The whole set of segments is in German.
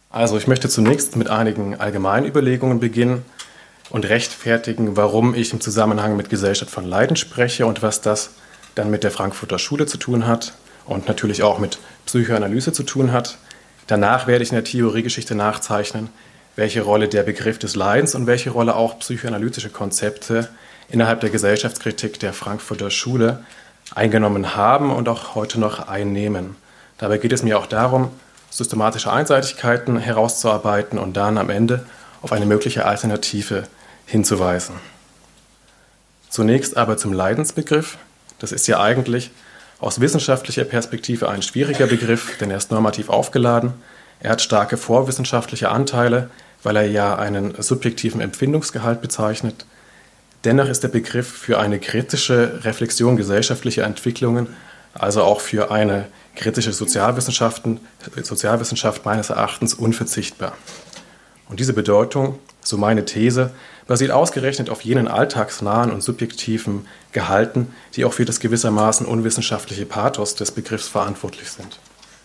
Also ich möchte zunächst mit einigen allgemeinen Überlegungen beginnen und rechtfertigen, warum ich im Zusammenhang mit Gesellschaft von Leiden spreche und was das dann mit der Frankfurter Schule zu tun hat und natürlich auch mit Psychoanalyse zu tun hat. Danach werde ich in der Theoriegeschichte nachzeichnen, welche Rolle der Begriff des Leidens und welche Rolle auch psychoanalytische Konzepte innerhalb der Gesellschaftskritik der Frankfurter Schule eingenommen haben und auch heute noch einnehmen. Dabei geht es mir auch darum, systematische Einseitigkeiten herauszuarbeiten und dann am Ende auf eine mögliche Alternative hinzuweisen. Zunächst aber zum Leidensbegriff. Das ist ja eigentlich aus wissenschaftlicher Perspektive ein schwieriger Begriff, denn er ist normativ aufgeladen. Er hat starke vorwissenschaftliche Anteile, weil er ja einen subjektiven Empfindungsgehalt bezeichnet. Dennoch ist der Begriff für eine kritische Reflexion gesellschaftlicher Entwicklungen, also auch für eine kritische Sozialwissenschaft meines Erachtens unverzichtbar. Und diese Bedeutung, so meine These, basiert ausgerechnet auf jenen alltagsnahen und subjektiven Gehalten, die auch für das gewissermaßen unwissenschaftliche Pathos des Begriffs verantwortlich sind.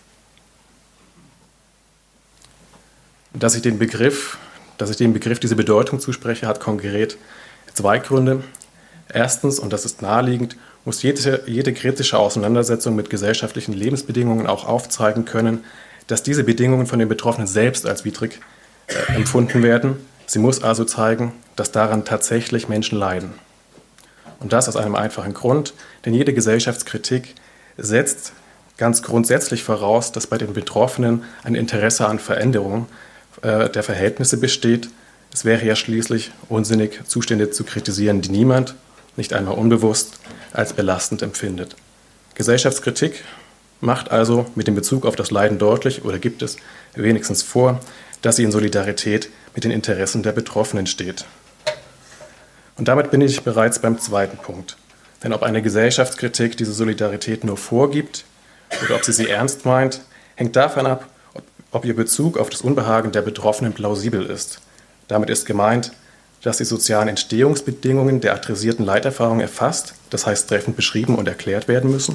Dass ich dem Begriff diese Bedeutung zuspreche, hat konkret zwei Gründe. Erstens, und das ist naheliegend, muss jede kritische Auseinandersetzung mit gesellschaftlichen Lebensbedingungen auch aufzeigen können, dass diese Bedingungen von den Betroffenen selbst als widrig empfunden werden. Sie muss also zeigen, dass daran tatsächlich Menschen leiden. Und das aus einem einfachen Grund, denn jede Gesellschaftskritik setzt ganz grundsätzlich voraus, dass bei den Betroffenen ein Interesse an Veränderung der Verhältnisse besteht. Es wäre ja schließlich unsinnig, Zustände zu kritisieren, die niemand, nicht einmal unbewusst, als belastend empfindet. Gesellschaftskritik macht also mit dem Bezug auf das Leiden deutlich oder gibt es wenigstens vor, dass sie in Solidarität mit den Interessen der Betroffenen steht. Und damit bin ich bereits beim zweiten Punkt. Denn ob eine Gesellschaftskritik diese Solidarität nur vorgibt oder ob sie ernst meint, hängt davon ab, ob ihr Bezug auf das Unbehagen der Betroffenen plausibel ist. Damit ist gemeint, dass die sozialen Entstehungsbedingungen der adressierten Leiterfahrung erfasst, das heißt treffend beschrieben und erklärt werden müssen.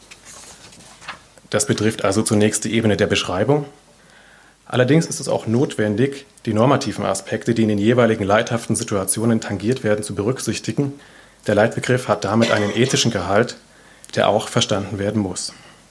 Das betrifft also zunächst die Ebene der Beschreibung. Allerdings ist es auch notwendig, die normativen Aspekte, die in den jeweiligen leidhaften Situationen tangiert werden, zu berücksichtigen. Der Leitbegriff hat damit einen ethischen Gehalt, der auch verstanden werden muss.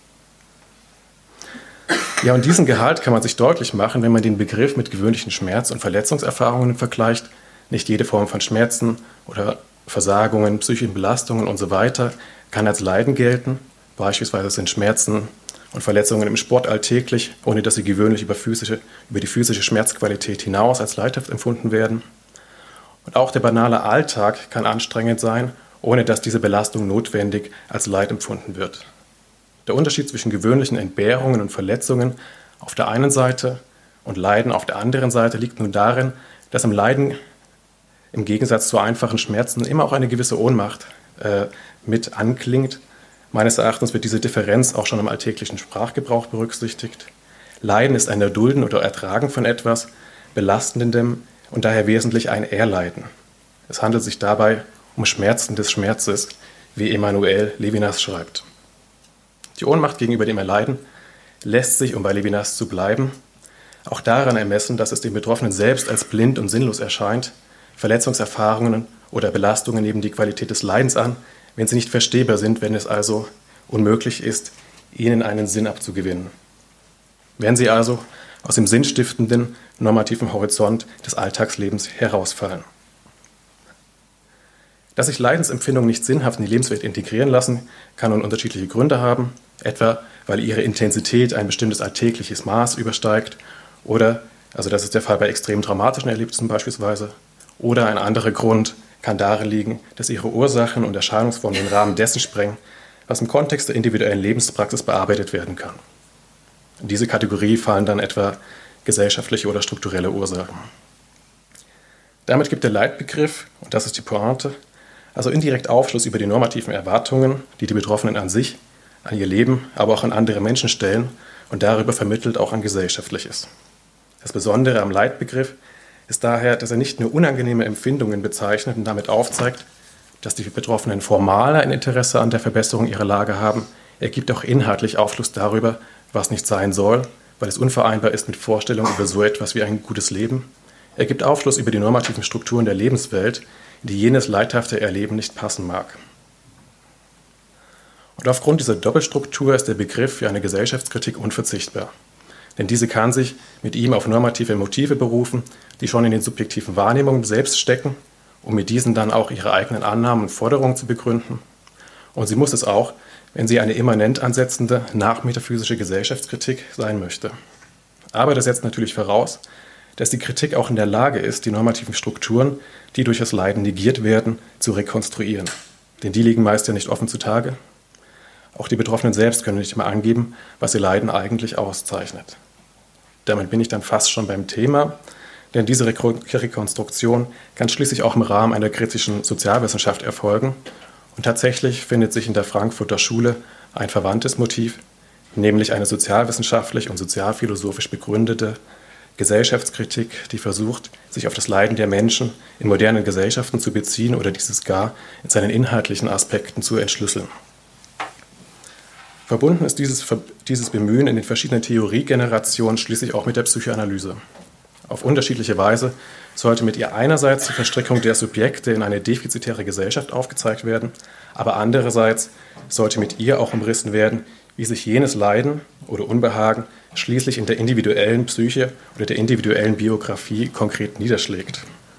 Ja, und diesen Gehalt kann man sich deutlich machen, wenn man den Begriff mit gewöhnlichen Schmerz- und Verletzungserfahrungen vergleicht. Nicht jede Form von Schmerzen oder Versagungen, psychischen Belastungen und so weiter kann als Leiden gelten. Beispielsweise sind Schmerzen und Verletzungen im Sport alltäglich, ohne dass sie gewöhnlich über die physische Schmerzqualität hinaus als leidhaft empfunden werden. Und auch der banale Alltag kann anstrengend sein, ohne dass diese Belastung notwendig als Leid empfunden wird. Der Unterschied zwischen gewöhnlichen Entbehrungen und Verletzungen auf der einen Seite und Leiden auf der anderen Seite liegt nun darin, dass im Leiden im Gegensatz zu einfachen Schmerzen immer auch eine gewisse Ohnmacht mit anklingt. Meines Erachtens wird diese Differenz auch schon im alltäglichen Sprachgebrauch berücksichtigt. Leiden ist ein Erdulden oder Ertragen von etwas Belastendem und daher wesentlich ein Erleiden. Es handelt sich dabei um Schmerzen des Schmerzes, wie Emmanuel Levinas schreibt. Die Ohnmacht gegenüber dem Erleiden lässt sich, um bei Levinas zu bleiben, auch daran ermessen, dass es den Betroffenen selbst als blind und sinnlos erscheint. Verletzungserfahrungen oder Belastungen nehmen die Qualität des Leidens an, wenn sie nicht verstehbar sind, wenn es also unmöglich ist, ihnen einen Sinn abzugewinnen. Wenn sie also aus dem sinnstiftenden, normativen Horizont des Alltagslebens herausfallen. Dass sich Leidensempfindungen nicht sinnhaft in die Lebenswelt integrieren lassen, kann nun unterschiedliche Gründe haben, etwa weil ihre Intensität ein bestimmtes alltägliches Maß übersteigt oder, also das ist der Fall bei extrem dramatischen Erlebnissen beispielsweise, oder ein anderer Grund kann darin liegen, dass ihre Ursachen und Erscheinungsformen den Rahmen dessen sprengen, was im Kontext der individuellen Lebenspraxis bearbeitet werden kann. In diese Kategorie fallen dann etwa gesellschaftliche oder strukturelle Ursachen. Damit gibt der Leitbegriff, und das ist die Pointe, also indirekt Aufschluss über die normativen Erwartungen, die die Betroffenen an sich, an ihr Leben, aber auch an andere Menschen stellen und darüber vermittelt auch an Gesellschaftliches. Das Besondere am Leitbegriff ist daher, dass er nicht nur unangenehme Empfindungen bezeichnet und damit aufzeigt, dass die Betroffenen formal ein Interesse an der Verbesserung ihrer Lage haben. Er gibt auch inhaltlich Aufschluss darüber, was nicht sein soll, weil es unvereinbar ist mit Vorstellungen über so etwas wie ein gutes Leben. Er gibt Aufschluss über die normativen Strukturen der Lebenswelt, in die jenes leidhafte Erleben nicht passen mag. Und aufgrund dieser Doppelstruktur ist der Begriff für eine Gesellschaftskritik unverzichtbar. Denn diese kann sich mit ihm auf normative Motive berufen, die schon in den subjektiven Wahrnehmungen selbst stecken, um mit diesen dann auch ihre eigenen Annahmen und Forderungen zu begründen. Und sie muss es auch, wenn sie eine immanent ansetzende, nachmetaphysische Gesellschaftskritik sein möchte. Aber das setzt natürlich voraus, dass die Kritik auch in der Lage ist, die normativen Strukturen, die durch das Leiden negiert werden, zu rekonstruieren. Denn die liegen meist ja nicht offen zutage. Auch die Betroffenen selbst können nicht mehr angeben, was ihr Leiden eigentlich auszeichnet. Damit bin ich dann fast schon beim Thema, denn diese Rekonstruktion kann schließlich auch im Rahmen einer kritischen Sozialwissenschaft erfolgen. Und tatsächlich findet sich in der Frankfurter Schule ein verwandtes Motiv, nämlich eine sozialwissenschaftlich und sozialphilosophisch begründete Gesellschaftskritik, die versucht, sich auf das Leiden der Menschen in modernen Gesellschaften zu beziehen oder dieses gar in seinen inhaltlichen Aspekten zu entschlüsseln. Verbunden ist dieses Bemühen in den verschiedenen Theoriegenerationen schließlich auch mit der Psychoanalyse. Auf unterschiedliche Weise sollte mit ihr einerseits die Verstrickung der Subjekte in eine defizitäre Gesellschaft aufgezeigt werden, aber andererseits sollte mit ihr auch umrissen werden, wie sich jenes Leiden oder Unbehagen schließlich in der individuellen Psyche oder der individuellen Biografie konkret niederschlägt.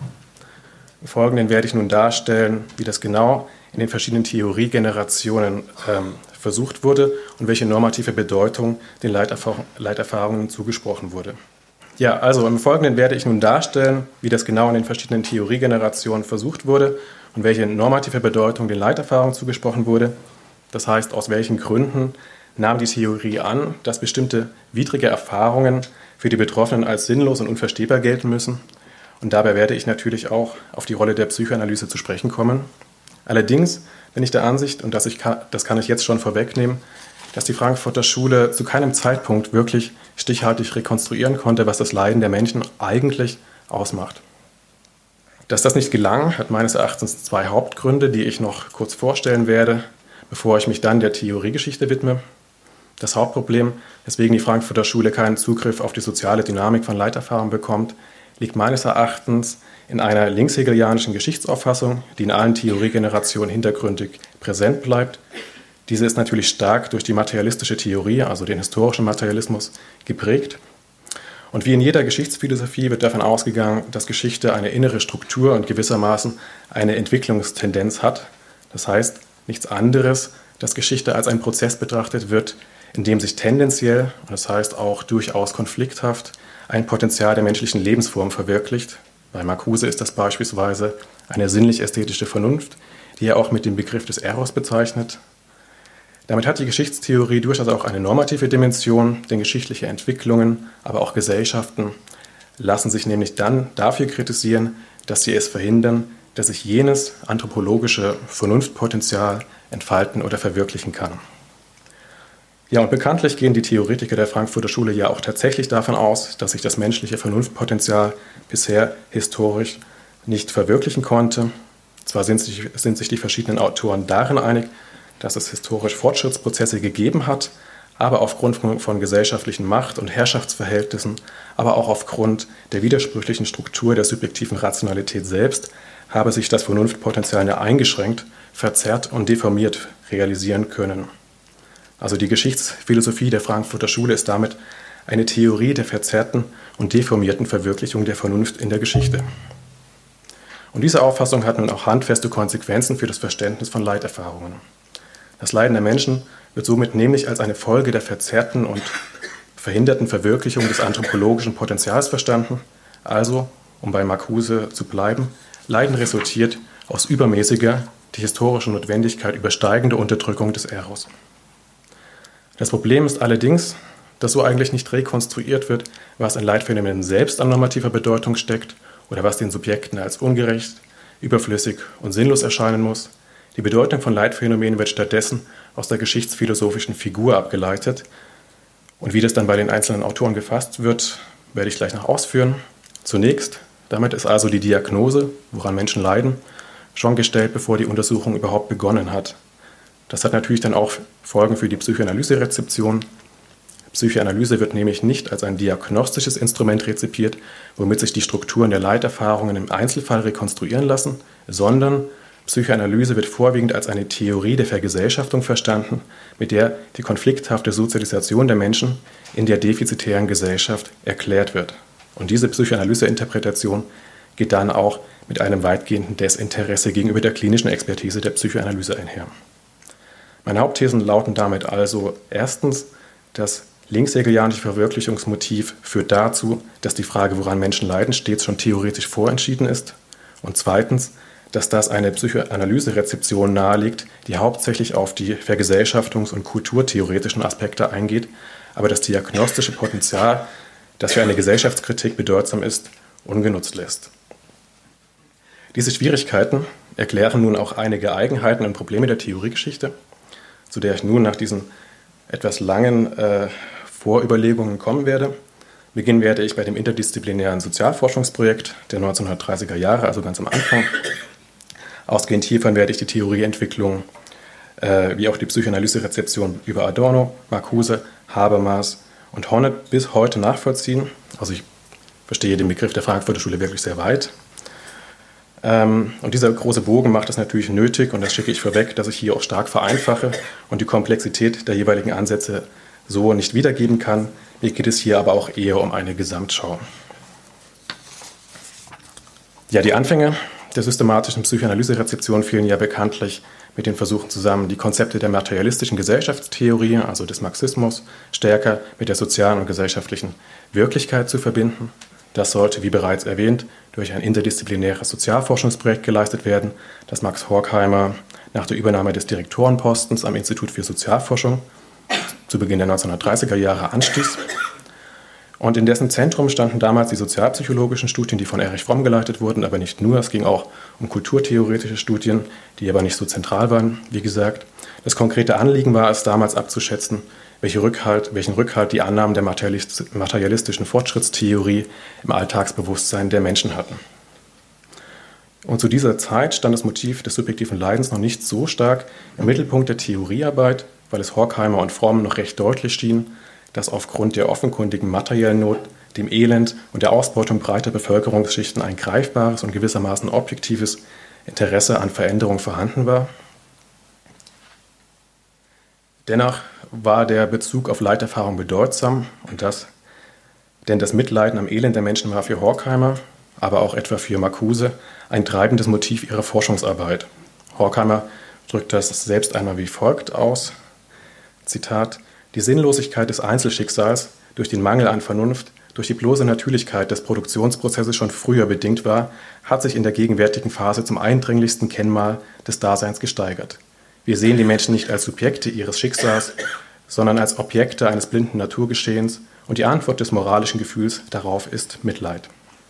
Im Folgenden werde ich nun darstellen, wie das genau in den verschiedenen Theoriegenerationen versucht wurde und welche normative Bedeutung den Leiterfahrungen zugesprochen wurde. Ja, also im Folgenden werde ich nun darstellen, wie das genau in den verschiedenen Theoriegenerationen versucht wurde und welche normative Bedeutung den Leiterfahrungen zugesprochen wurde. Das heißt, aus welchen Gründen nahm die Theorie an, dass bestimmte widrige Erfahrungen für die Betroffenen als sinnlos und unverstehbar gelten müssen. Und dabei werde ich natürlich auch auf die Rolle der Psychoanalyse zu sprechen kommen. Allerdings bin ich der Ansicht, und das kann ich jetzt schon vorwegnehmen, dass die Frankfurter Schule zu keinem Zeitpunkt wirklich stichhaltig rekonstruieren konnte, was das Leiden der Menschen eigentlich ausmacht. Dass das nicht gelang, hat meines Erachtens zwei Hauptgründe, die ich noch kurz vorstellen werde, bevor ich mich dann der Theoriegeschichte widme. Das Hauptproblem, weswegen die Frankfurter Schule keinen Zugriff auf die soziale Dynamik von Leiterfahrungen bekommt, liegt meines Erachtens in einer linkshegelianischen Geschichtsauffassung, die in allen Theoriegenerationen hintergründig präsent bleibt. Diese ist natürlich stark durch die materialistische Theorie, also den historischen Materialismus, geprägt. Und wie in jeder Geschichtsphilosophie wird davon ausgegangen, dass Geschichte eine innere Struktur und gewissermaßen eine Entwicklungstendenz hat. Das heißt, nichts anderes, dass Geschichte als ein Prozess betrachtet wird, in dem sich tendenziell, das heißt auch durchaus konflikthaft, ein Potenzial der menschlichen Lebensform verwirklicht. Bei Marcuse ist das beispielsweise eine sinnlich-ästhetische Vernunft, die er auch mit dem Begriff des Eros bezeichnet. Damit hat die Geschichtstheorie durchaus auch eine normative Dimension, denn geschichtliche Entwicklungen, aber auch Gesellschaften lassen sich nämlich dann dafür kritisieren, dass sie es verhindern, dass sich jenes anthropologische Vernunftpotenzial entfalten oder verwirklichen kann. Ja, und bekanntlich gehen die Theoretiker der Frankfurter Schule ja auch tatsächlich davon aus, dass sich das menschliche Vernunftpotenzial bisher historisch nicht verwirklichen konnte. Zwar sind sich die verschiedenen Autoren darin einig, dass es historisch Fortschrittsprozesse gegeben hat, aber aufgrund von gesellschaftlichen Macht- und Herrschaftsverhältnissen, aber auch aufgrund der widersprüchlichen Struktur der subjektiven Rationalität selbst, habe sich das Vernunftpotenzial ja eingeschränkt, verzerrt und deformiert realisieren können. Also die Geschichtsphilosophie der Frankfurter Schule ist damit eine Theorie der verzerrten und deformierten Verwirklichung der Vernunft in der Geschichte. Und diese Auffassung hat nun auch handfeste Konsequenzen für das Verständnis von Leiterfahrungen. Das Leiden der Menschen wird somit nämlich als eine Folge der verzerrten und verhinderten Verwirklichung des anthropologischen Potenzials verstanden. Also, um bei Marcuse zu bleiben, Leiden resultiert aus übermäßiger, die historische Notwendigkeit übersteigender Unterdrückung des Eros. Das Problem ist allerdings, dass so eigentlich nicht rekonstruiert wird, was in Leitphänomenen selbst an normativer Bedeutung steckt oder was den Subjekten als ungerecht, überflüssig und sinnlos erscheinen muss. Die Bedeutung von Leitphänomenen wird stattdessen aus der geschichtsphilosophischen Figur abgeleitet. Und wie das dann bei den einzelnen Autoren gefasst wird, werde ich gleich noch ausführen. Zunächst, damit ist also die Diagnose, woran Menschen leiden, schon gestellt, bevor die Untersuchung überhaupt begonnen hat. Das hat natürlich dann auch Folgen für die Psychoanalyserezeption. Psychoanalyse wird nämlich nicht als ein diagnostisches Instrument rezipiert, womit sich die Strukturen der Leiterfahrungen im Einzelfall rekonstruieren lassen, sondern Psychoanalyse wird vorwiegend als eine Theorie der Vergesellschaftung verstanden, mit der die konflikthafte Sozialisation der Menschen in der defizitären Gesellschaft erklärt wird. Und diese Psychoanalyse-Interpretation geht dann auch mit einem weitgehenden Desinteresse gegenüber der klinischen Expertise der Psychoanalyse einher. Meine Hauptthesen lauten damit also erstens, das linkshegelianische Verwirklichungsmotiv führt dazu, dass die Frage, woran Menschen leiden, stets schon theoretisch vorentschieden ist. Und zweitens, dass das eine Psychoanalyse-Rezeption nahelegt, die hauptsächlich auf die vergesellschaftungs- und kulturtheoretischen Aspekte eingeht, aber das diagnostische Potenzial, das für eine Gesellschaftskritik bedeutsam ist, ungenutzt lässt. Diese Schwierigkeiten erklären nun auch einige Eigenheiten und Probleme der Theoriegeschichte, zu der ich nun nach diesen etwas langen Vorüberlegungen kommen werde. Beginnen werde ich bei dem interdisziplinären Sozialforschungsprojekt der 1930er Jahre, also ganz am Anfang. Ausgehend hiervon werde ich die Theorieentwicklung wie auch die Psychoanalyse-Rezeption über Adorno, Marcuse, Habermas und Honneth bis heute nachvollziehen. Also ich verstehe den Begriff der Frankfurter Schule wirklich sehr weit. Und dieser große Bogen macht es natürlich nötig, und das schicke ich vorweg, dass ich hier auch stark vereinfache und die Komplexität der jeweiligen Ansätze so nicht wiedergeben kann. Mir geht es hier aber auch eher um eine Gesamtschau. Ja, die Anfänge der systematischen Psychoanalyse-Rezeption fielen ja bekanntlich mit den Versuchen zusammen, die Konzepte der materialistischen Gesellschaftstheorie, also des Marxismus, stärker mit der sozialen und gesellschaftlichen Wirklichkeit zu verbinden. Das sollte, wie bereits erwähnt, durch ein interdisziplinäres Sozialforschungsprojekt geleistet werden, das Max Horkheimer nach der Übernahme des Direktorenpostens am Institut für Sozialforschung zu Beginn der 1930er Jahre anstieß. Und in dessen Zentrum standen damals die sozialpsychologischen Studien, die von Erich Fromm geleitet wurden, aber nicht nur. Es ging auch um kulturtheoretische Studien, die aber nicht so zentral waren, wie gesagt. Das konkrete Anliegen war es damals abzuschätzen, welchen Rückhalt die Annahmen der materialistischen Fortschrittstheorie im Alltagsbewusstsein der Menschen hatten. Und zu dieser Zeit stand das Motiv des subjektiven Leidens noch nicht so stark im Mittelpunkt der Theoriearbeit, weil es Horkheimer und Fromm noch recht deutlich schien, dass aufgrund der offenkundigen materiellen Not, dem Elend und der Ausbeutung breiter Bevölkerungsschichten ein greifbares und gewissermaßen objektives Interesse an Veränderung vorhanden war. Dennoch war der Bezug auf Leiterfahrung bedeutsam, denn das Mitleiden am Elend der Menschen war für Horkheimer, aber auch etwa für Marcuse, ein treibendes Motiv ihrer Forschungsarbeit. Horkheimer drückt das selbst einmal wie folgt aus, Zitat: Die Sinnlosigkeit des Einzelschicksals durch den Mangel an Vernunft, durch die bloße Natürlichkeit des Produktionsprozesses schon früher bedingt war, hat sich in der gegenwärtigen Phase zum eindringlichsten Kennmal des Daseins gesteigert. Wir sehen die Menschen nicht als Subjekte ihres Schicksals, sondern als Objekte eines blinden Naturgeschehens, und die Antwort des moralischen Gefühls darauf ist Mitleid.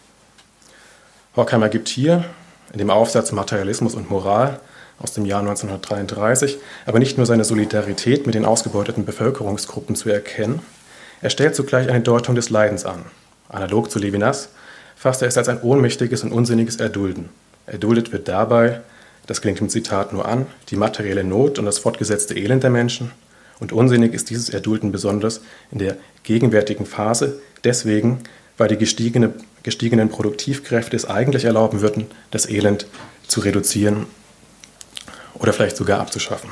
Horkheimer gibt hier in dem Aufsatz Materialismus und Moral aus dem Jahr 1933 aber nicht nur seine Solidarität mit den ausgebeuteten Bevölkerungsgruppen zu erkennen, er stellt zugleich eine Deutung des Leidens an. Analog zu Levinas fasst er es als ein ohnmächtiges und unsinniges Erdulden. Erduldet wird dabei, das klingt im Zitat nur an, die materielle Not und das fortgesetzte Elend der Menschen. Und unsinnig ist dieses Erdulden besonders in der gegenwärtigen Phase, deswegen, weil die gestiegenen Produktivkräfte es eigentlich erlauben würden, das Elend zu reduzieren oder vielleicht sogar abzuschaffen.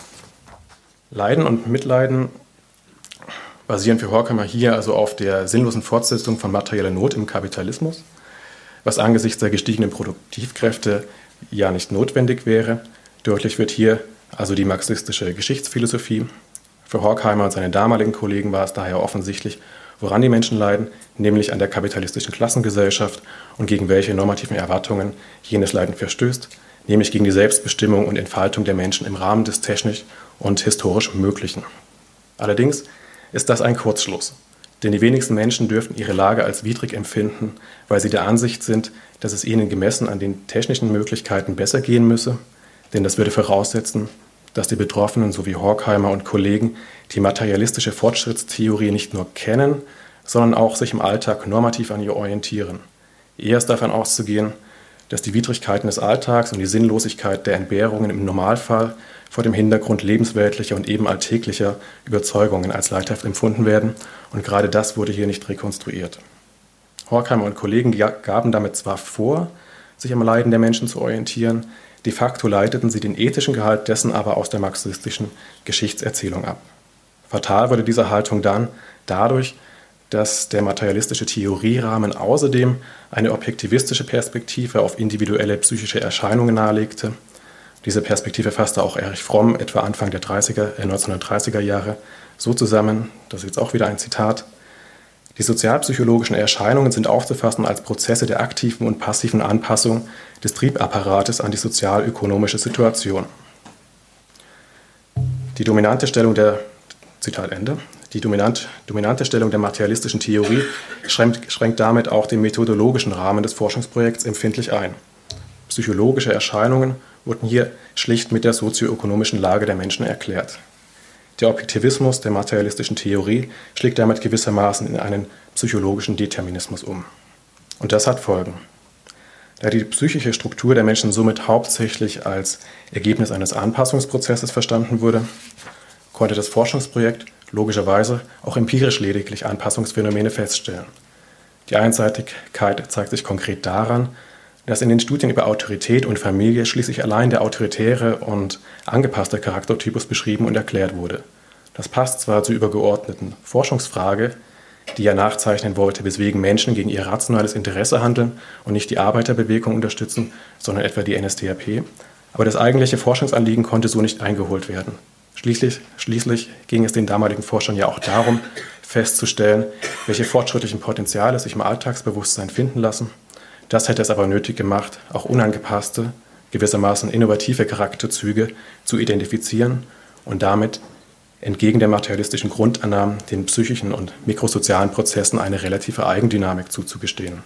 Leiden und Mitleiden basieren für Horkheimer hier also auf der sinnlosen Fortsetzung von materieller Not im Kapitalismus, was angesichts der gestiegenen Produktivkräfte ja nicht notwendig wäre. Deutlich wird hier also die marxistische Geschichtsphilosophie. Für Horkheimer und seine damaligen Kollegen war es daher offensichtlich, woran die Menschen leiden, nämlich an der kapitalistischen Klassengesellschaft und gegen welche normativen Erwartungen jenes Leiden verstößt, nämlich gegen die Selbstbestimmung und Entfaltung der Menschen im Rahmen des technisch und historisch Möglichen. Allerdings ist das ein Kurzschluss, denn die wenigsten Menschen dürften ihre Lage als widrig empfinden, weil sie der Ansicht sind, dass es ihnen gemessen an den technischen Möglichkeiten besser gehen müsse, denn das würde voraussetzen, dass die Betroffenen sowie Horkheimer und Kollegen die materialistische Fortschrittstheorie nicht nur kennen, sondern auch sich im Alltag normativ an ihr orientieren. Eher ist davon auszugehen, dass die Widrigkeiten des Alltags und die Sinnlosigkeit der Entbehrungen im Normalfall vor dem Hintergrund lebensweltlicher und eben alltäglicher Überzeugungen als leidhaft empfunden werden, und gerade das wurde hier nicht rekonstruiert. Horkheimer und Kollegen gaben damit zwar vor, sich am Leiden der Menschen zu orientieren, de facto leiteten sie den ethischen Gehalt dessen aber aus der marxistischen Geschichtserzählung ab. Fatal wurde diese Haltung dann dadurch, dass der materialistische Theorierahmen außerdem eine objektivistische Perspektive auf individuelle psychische Erscheinungen nahelegte. Diese Perspektive fasste auch Erich Fromm etwa Anfang der 1930er Jahre so zusammen, das ist jetzt auch wieder ein Zitat: Die sozialpsychologischen Erscheinungen sind aufzufassen als Prozesse der aktiven und passiven Anpassung des Triebapparates an die sozial-ökonomische Situation. Die dominante Stellung der materialistischen Theorie schränkt damit auch den methodologischen Rahmen des Forschungsprojekts empfindlich ein. Psychologische Erscheinungen wurden hier schlicht mit der sozioökonomischen Lage der Menschen erklärt. Der Objektivismus der materialistischen Theorie schlägt damit gewissermaßen in einen psychologischen Determinismus um. Und das hat Folgen. Da die psychische Struktur der Menschen somit hauptsächlich als Ergebnis eines Anpassungsprozesses verstanden wurde, konnte das Forschungsprojekt logischerweise auch empirisch lediglich Anpassungsphänomene feststellen. Die Einseitigkeit zeigt sich konkret daran, dass in den Studien über Autorität und Familie schließlich allein der autoritäre und angepasste Charaktertypus beschrieben und erklärt wurde. Das passt zwar zur übergeordneten Forschungsfrage, die ja nachzeichnen wollte, weswegen Menschen gegen ihr rationales Interesse handeln und nicht die Arbeiterbewegung unterstützen, sondern etwa die NSDAP, aber das eigentliche Forschungsanliegen konnte so nicht eingeholt werden. Schließlich ging es den damaligen Forschern ja auch darum, festzustellen, welche fortschrittlichen Potenziale sich im Alltagsbewusstsein finden lassen. Das hätte es aber nötig gemacht, auch unangepasste, gewissermaßen innovative Charakterzüge zu identifizieren und damit entgegen der materialistischen Grundannahmen den psychischen und mikrosozialen Prozessen eine relative Eigendynamik zuzugestehen.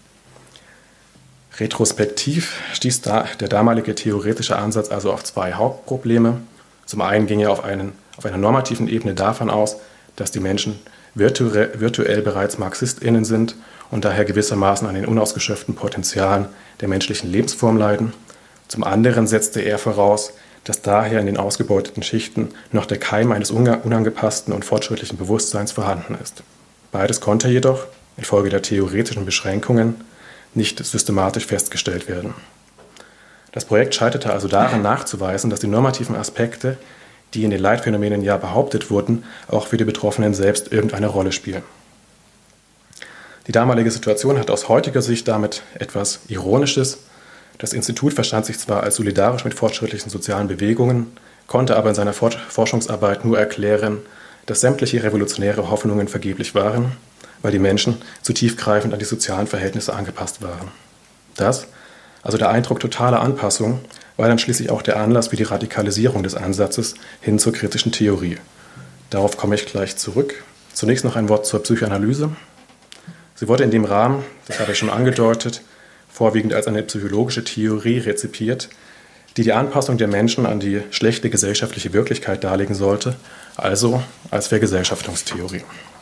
Retrospektiv stieß der damalige theoretische Ansatz also auf zwei Hauptprobleme. Zum einen ging er auf einer normativen Ebene davon aus, dass die Menschen virtuell bereits MarxistInnen sind und daher gewissermaßen an den unausgeschöpften Potenzialen der menschlichen Lebensform leiden. Zum anderen setzte er voraus, dass daher in den ausgebeuteten Schichten noch der Keim eines unangepassten und fortschrittlichen Bewusstseins vorhanden ist. Beides konnte jedoch, infolge der theoretischen Beschränkungen, nicht systematisch festgestellt werden. Das Projekt scheiterte also daran nachzuweisen, dass die normativen Aspekte, die in den Leitphänomenen ja behauptet wurden, auch für die Betroffenen selbst irgendeine Rolle spielen. Die damalige Situation hat aus heutiger Sicht damit etwas Ironisches. Das Institut verstand sich zwar als solidarisch mit fortschrittlichen sozialen Bewegungen, konnte aber in seiner Forschungsarbeit nur erklären, dass sämtliche revolutionäre Hoffnungen vergeblich waren, weil die Menschen zu tiefgreifend an die sozialen Verhältnisse angepasst waren. Das, also der Eindruck totaler Anpassung, war dann schließlich auch der Anlass für die Radikalisierung des Ansatzes hin zur kritischen Theorie. Darauf komme ich gleich zurück. Zunächst noch ein Wort zur Psychoanalyse. Sie wurde in dem Rahmen, das habe ich schon angedeutet, vorwiegend als eine psychologische Theorie rezipiert, die die Anpassung der Menschen an die schlechte gesellschaftliche Wirklichkeit darlegen sollte, also als Vergesellschaftungstheorie.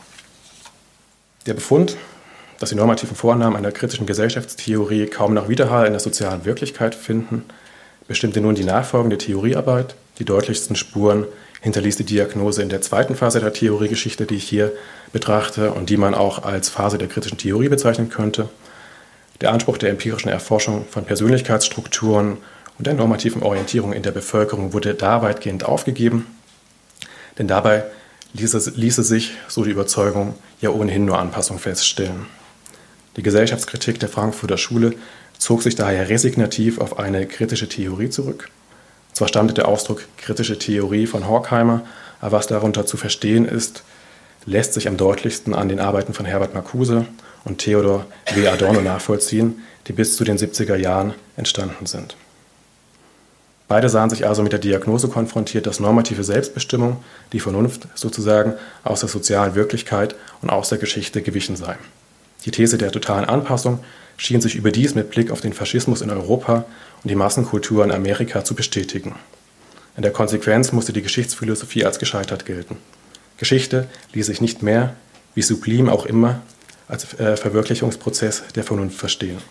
Der Befund, dass die normativen Vornahmen einer kritischen Gesellschaftstheorie kaum noch Widerhall in der sozialen Wirklichkeit finden, bestimmte nun die nachfolgende Theoriearbeit. Die deutlichsten Spuren hinterließ die Diagnose in der zweiten Phase der Theoriegeschichte, die ich hier betrachte und die man auch als Phase der kritischen Theorie bezeichnen könnte. Der Anspruch der empirischen Erforschung von Persönlichkeitsstrukturen und der normativen Orientierung in der Bevölkerung wurde da weitgehend aufgegeben, denn dabei ließe sich, so die Überzeugung, ja ohnehin nur Anpassung feststellen. Die Gesellschaftskritik der Frankfurter Schule zog sich daher resignativ auf eine kritische Theorie zurück. Zwar stammte der Ausdruck kritische Theorie von Horkheimer, aber was darunter zu verstehen ist, lässt sich am deutlichsten an den Arbeiten von Herbert Marcuse und Theodor W. Adorno nachvollziehen, die bis zu den 70er Jahren entstanden sind. Beide sahen sich also mit der Diagnose konfrontiert, dass normative Selbstbestimmung, die Vernunft sozusagen, aus der sozialen Wirklichkeit und aus der Geschichte gewichen sei. Die These der totalen Anpassung schien sich überdies mit Blick auf den Faschismus in Europa und die Massenkultur in Amerika zu bestätigen. In der Konsequenz musste die Geschichtsphilosophie als gescheitert gelten. Geschichte ließ sich nicht mehr, wie sublim auch immer, als Verwirklichungsprozess der Vernunft verstehen.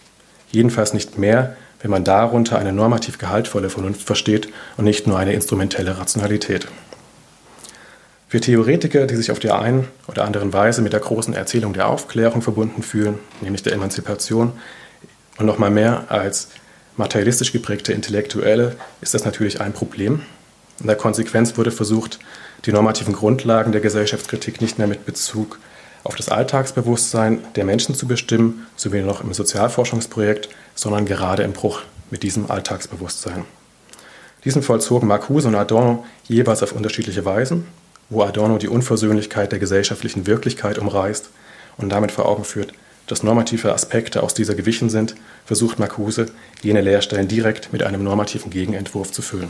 jedenfalls nicht mehr, wenn man darunter eine normativ gehaltvolle Vernunft versteht und nicht nur eine instrumentelle Rationalität. Für Theoretiker, die sich auf der einen oder anderen Weise mit der großen Erzählung der Aufklärung verbunden fühlen, nämlich der Emanzipation, und nochmal mehr als materialistisch geprägte Intellektuelle, ist das natürlich ein Problem. In der Konsequenz wurde versucht, die normativen Grundlagen der Gesellschaftskritik nicht mehr mit Bezug auf das Alltagsbewusstsein der Menschen zu bestimmen, so wie noch im Sozialforschungsprojekt, sondern gerade im Bruch mit diesem Alltagsbewusstsein. Diesen vollzogen Marcuse und Adorno jeweils auf unterschiedliche Weisen, wo Adorno die Unversöhnlichkeit der gesellschaftlichen Wirklichkeit umreißt und damit vor Augen führt, dass normative Aspekte aus dieser gewichen sind, versucht Marcuse, jene Leerstellen direkt mit einem normativen Gegenentwurf zu füllen.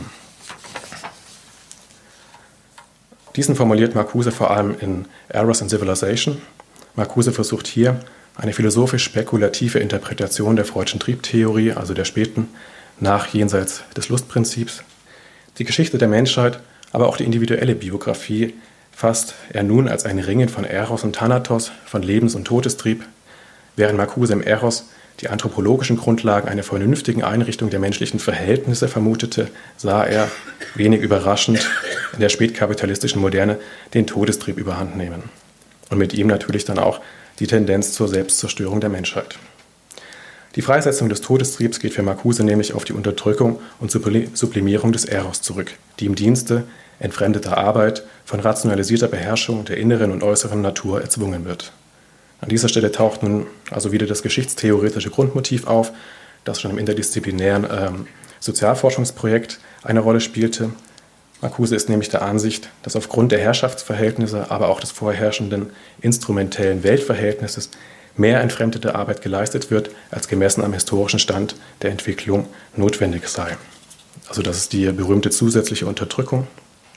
Diesen formuliert Marcuse vor allem in Eros and Civilization. Marcuse versucht hier eine philosophisch-spekulative Interpretation der Freudschen Triebtheorie, also der späten, nach jenseits des Lustprinzips. Die Geschichte der Menschheit, aber auch die individuelle Biografie fasst er nun als ein Ringen von Eros und Thanatos, von Lebens- und Todestrieb, während Marcuse im Eros die anthropologischen Grundlagen einer vernünftigen Einrichtung der menschlichen Verhältnisse vermutete, sah er, wenig überraschend, in der spätkapitalistischen Moderne den Todestrieb überhand nehmen. Und mit ihm natürlich dann auch die Tendenz zur Selbstzerstörung der Menschheit. Die Freisetzung des Todestriebs geht für Marcuse nämlich auf die Unterdrückung und Sublimierung des Eros zurück, die im Dienste entfremdeter Arbeit von rationalisierter Beherrschung der inneren und äußeren Natur erzwungen wird. An dieser Stelle taucht nun also wieder das geschichtstheoretische Grundmotiv auf, das schon im interdisziplinären Sozialforschungsprojekt eine Rolle spielte. Marcuse ist nämlich der Ansicht, dass aufgrund der Herrschaftsverhältnisse, aber auch des vorherrschenden instrumentellen Weltverhältnisses mehr entfremdete Arbeit geleistet wird, als gemessen am historischen Stand der Entwicklung notwendig sei. Also das ist die berühmte zusätzliche Unterdrückung.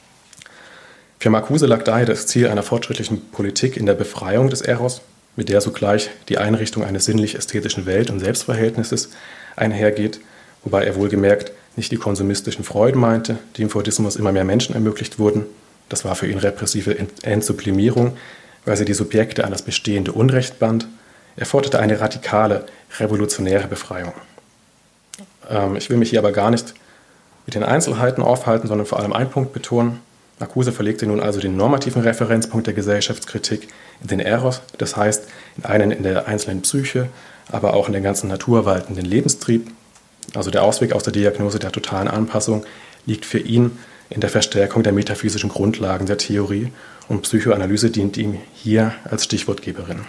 Für Marcuse lag daher das Ziel einer fortschrittlichen Politik in der Befreiung des Eros, mit der sogleich die Einrichtung eines sinnlich-ästhetischen Welt- und Selbstverhältnisses einhergeht, wobei er wohlgemerkt nicht die konsumistischen Freuden meinte, die im Fordismus immer mehr Menschen ermöglicht wurden. Das war für ihn repressive Entsublimierung, weil sie die Subjekte an das bestehende Unrecht band. Er forderte eine radikale, revolutionäre Befreiung. Ich will mich hier aber gar nicht mit den Einzelheiten aufhalten, sondern vor allem einen Punkt betonen. Marcuse verlegte nun also den normativen Referenzpunkt der Gesellschaftskritik in den Eros, das heißt in einen in der einzelnen Psyche, aber auch in der ganzen Natur waltenden Lebenstrieb. Also der Ausweg aus der Diagnose der totalen Anpassung liegt für ihn in der Verstärkung der metaphysischen Grundlagen der Theorie und Psychoanalyse dient ihm hier als Stichwortgeberin.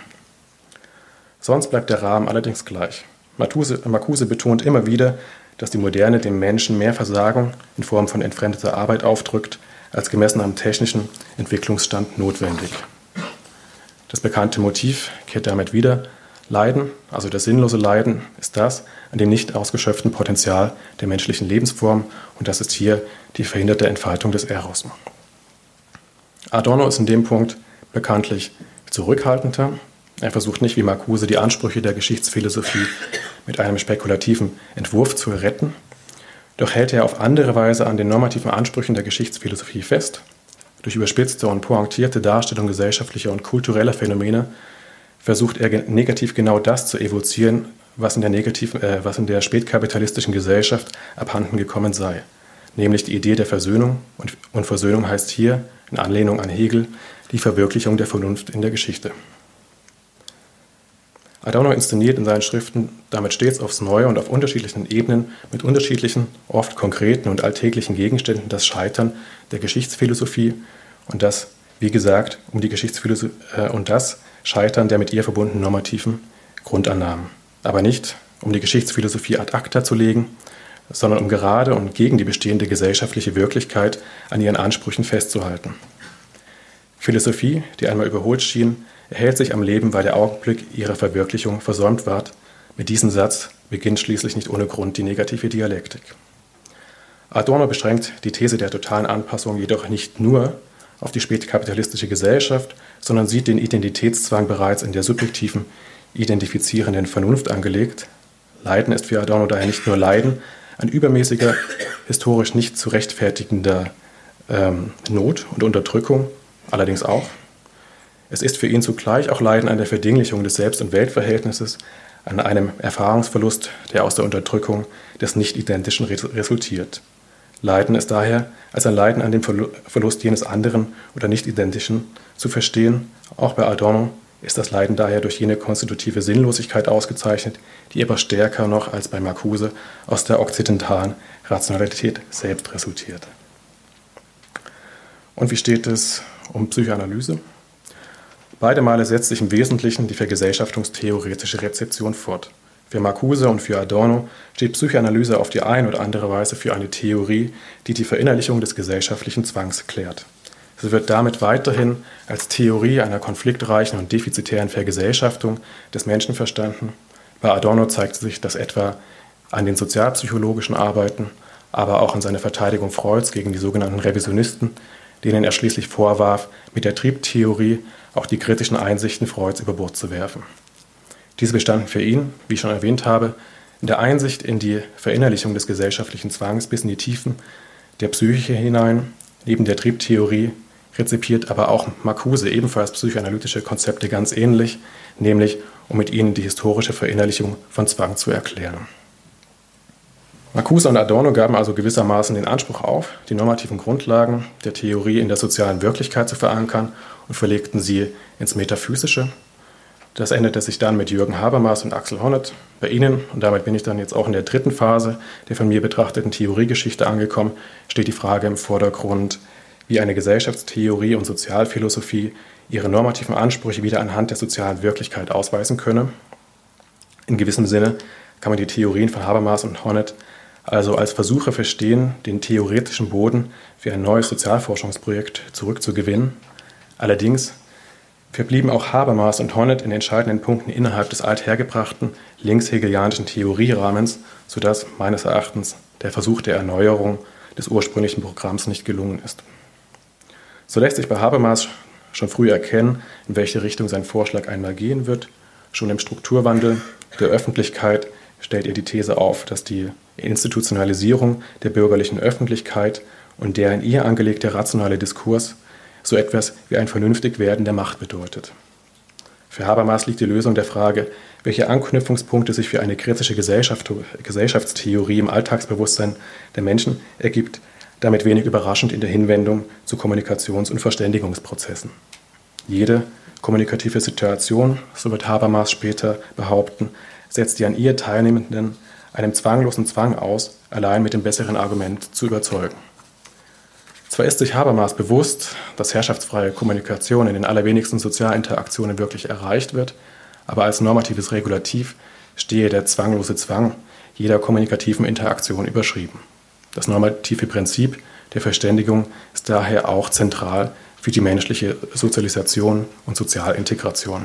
Sonst bleibt der Rahmen allerdings gleich. Marcuse betont immer wieder, dass die Moderne dem Menschen mehr Versagung in Form von entfremdeter Arbeit aufdrückt, als gemessen am technischen Entwicklungsstand notwendig. Das bekannte Motiv kehrt damit wieder. Leiden, also das sinnlose Leiden, ist das an dem nicht ausgeschöpften Potenzial der menschlichen Lebensform und das ist hier die verhinderte Entfaltung des Eros. Adorno ist in dem Punkt bekanntlich zurückhaltender. Er versucht nicht wie Marcuse die Ansprüche der Geschichtsphilosophie mit einem spekulativen Entwurf zu retten, doch hält er auf andere Weise an den normativen Ansprüchen der Geschichtsphilosophie fest. Durch überspitzte und pointierte Darstellung gesellschaftlicher und kultureller Phänomene versucht er negativ genau das zu evozieren, was in der spätkapitalistischen Gesellschaft abhanden gekommen sei, nämlich die Idee der Versöhnung. Und Versöhnung heißt hier, in Anlehnung an Hegel, die Verwirklichung der Vernunft in der Geschichte. Adorno inszeniert in seinen Schriften damit stets aufs Neue und auf unterschiedlichen Ebenen mit unterschiedlichen, oft konkreten und alltäglichen Gegenständen das Scheitern der Geschichtsphilosophie und das, wie gesagt, um die Geschichtsphilosophie und das Scheitern der mit ihr verbundenen normativen Grundannahmen. Aber nicht, um die Geschichtsphilosophie ad acta zu legen, sondern um gerade und gegen die bestehende gesellschaftliche Wirklichkeit an ihren Ansprüchen festzuhalten. Philosophie, die einmal überholt schien, erhält sich am Leben, weil der Augenblick ihrer Verwirklichung versäumt ward. Mit diesem Satz beginnt schließlich nicht ohne Grund die negative Dialektik. Adorno beschränkt die These der totalen Anpassung jedoch nicht nur auf die spätkapitalistische Gesellschaft, sondern sieht den Identitätszwang bereits in der subjektiven, identifizierenden Vernunft angelegt. Leiden ist für Adorno daher nicht nur Leiden, ein übermäßiger, historisch nicht zu rechtfertigender Not und Unterdrückung, allerdings auch. Es ist für ihn zugleich auch Leiden an der Verdinglichung des Selbst- und Weltverhältnisses, an einem Erfahrungsverlust, der aus der Unterdrückung des Nicht-Identischen resultiert. Leiden ist daher als ein Leiden an dem Verlust jenes anderen oder Nicht-Identischen zu verstehen. Auch bei Adorno ist das Leiden daher durch jene konstitutive Sinnlosigkeit ausgezeichnet, die aber stärker noch als bei Marcuse aus der okzidentalen Rationalität selbst resultiert. Und wie steht es um Psychoanalyse? Beide Male setzt sich im Wesentlichen die vergesellschaftungstheoretische Rezeption fort. Für Marcuse und für Adorno steht Psychoanalyse auf die eine oder andere Weise für eine Theorie, die die Verinnerlichung des gesellschaftlichen Zwangs klärt. Sie wird damit weiterhin als Theorie einer konfliktreichen und defizitären Vergesellschaftung des Menschen verstanden. Bei Adorno zeigt sich das etwa an den sozialpsychologischen Arbeiten, aber auch an seiner Verteidigung Freuds gegen die sogenannten Revisionisten, denen er schließlich vorwarf, mit der Triebtheorie auch die kritischen Einsichten Freuds über Bord zu werfen. Diese bestanden für ihn, wie ich schon erwähnt habe, in der Einsicht in die Verinnerlichung des gesellschaftlichen Zwangs bis in die Tiefen der Psyche hinein. Neben der Triebtheorie rezipiert aber auch Marcuse ebenfalls psychoanalytische Konzepte ganz ähnlich, nämlich um mit ihnen die historische Verinnerlichung von Zwang zu erklären. Marcuse und Adorno gaben also gewissermaßen den Anspruch auf, die normativen Grundlagen der Theorie in der sozialen Wirklichkeit zu verankern und verlegten sie ins Metaphysische. Das änderte sich dann mit Jürgen Habermas und Axel Honneth. Bei ihnen, und damit bin ich dann jetzt auch in der dritten Phase der von mir betrachteten Theoriegeschichte angekommen, steht die Frage im Vordergrund, wie eine Gesellschaftstheorie und Sozialphilosophie ihre normativen Ansprüche wieder anhand der sozialen Wirklichkeit ausweisen könne. In gewissem Sinne kann man die Theorien von Habermas und Honneth also als Versuche verstehen, den theoretischen Boden für ein neues Sozialforschungsprojekt zurückzugewinnen. Allerdings verblieben auch Habermas und Honneth in entscheidenden Punkten innerhalb des althergebrachten linkshegelianischen Theorierahmens, sodass meines Erachtens der Versuch der Erneuerung des ursprünglichen Programms nicht gelungen ist. So lässt sich bei Habermas schon früh erkennen, in welche Richtung sein Vorschlag einmal gehen wird. Schon im Strukturwandel der Öffentlichkeit stellt er die These auf, dass die Institutionalisierung der bürgerlichen Öffentlichkeit und der in ihr angelegte rationale Diskurs so etwas wie ein Vernünftigwerden der Macht bedeutet. Für Habermas liegt die Lösung der Frage, welche Anknüpfungspunkte sich für eine kritische Gesellschaftstheorie im Alltagsbewusstsein der Menschen ergibt, damit wenig überraschend in der Hinwendung zu Kommunikations- und Verständigungsprozessen. Jede kommunikative Situation, so wird Habermas später behaupten, setzt die an ihr Teilnehmenden einem zwanglosen Zwang aus, allein mit dem besseren Argument zu überzeugen. Zwar ist sich Habermas bewusst, dass herrschaftsfreie Kommunikation in den allerwenigsten Sozialinteraktionen wirklich erreicht wird, aber als normatives Regulativ stehe der zwanglose Zwang jeder kommunikativen Interaktion überschrieben. Das normative Prinzip der Verständigung ist daher auch zentral für die menschliche Sozialisation und Sozialintegration.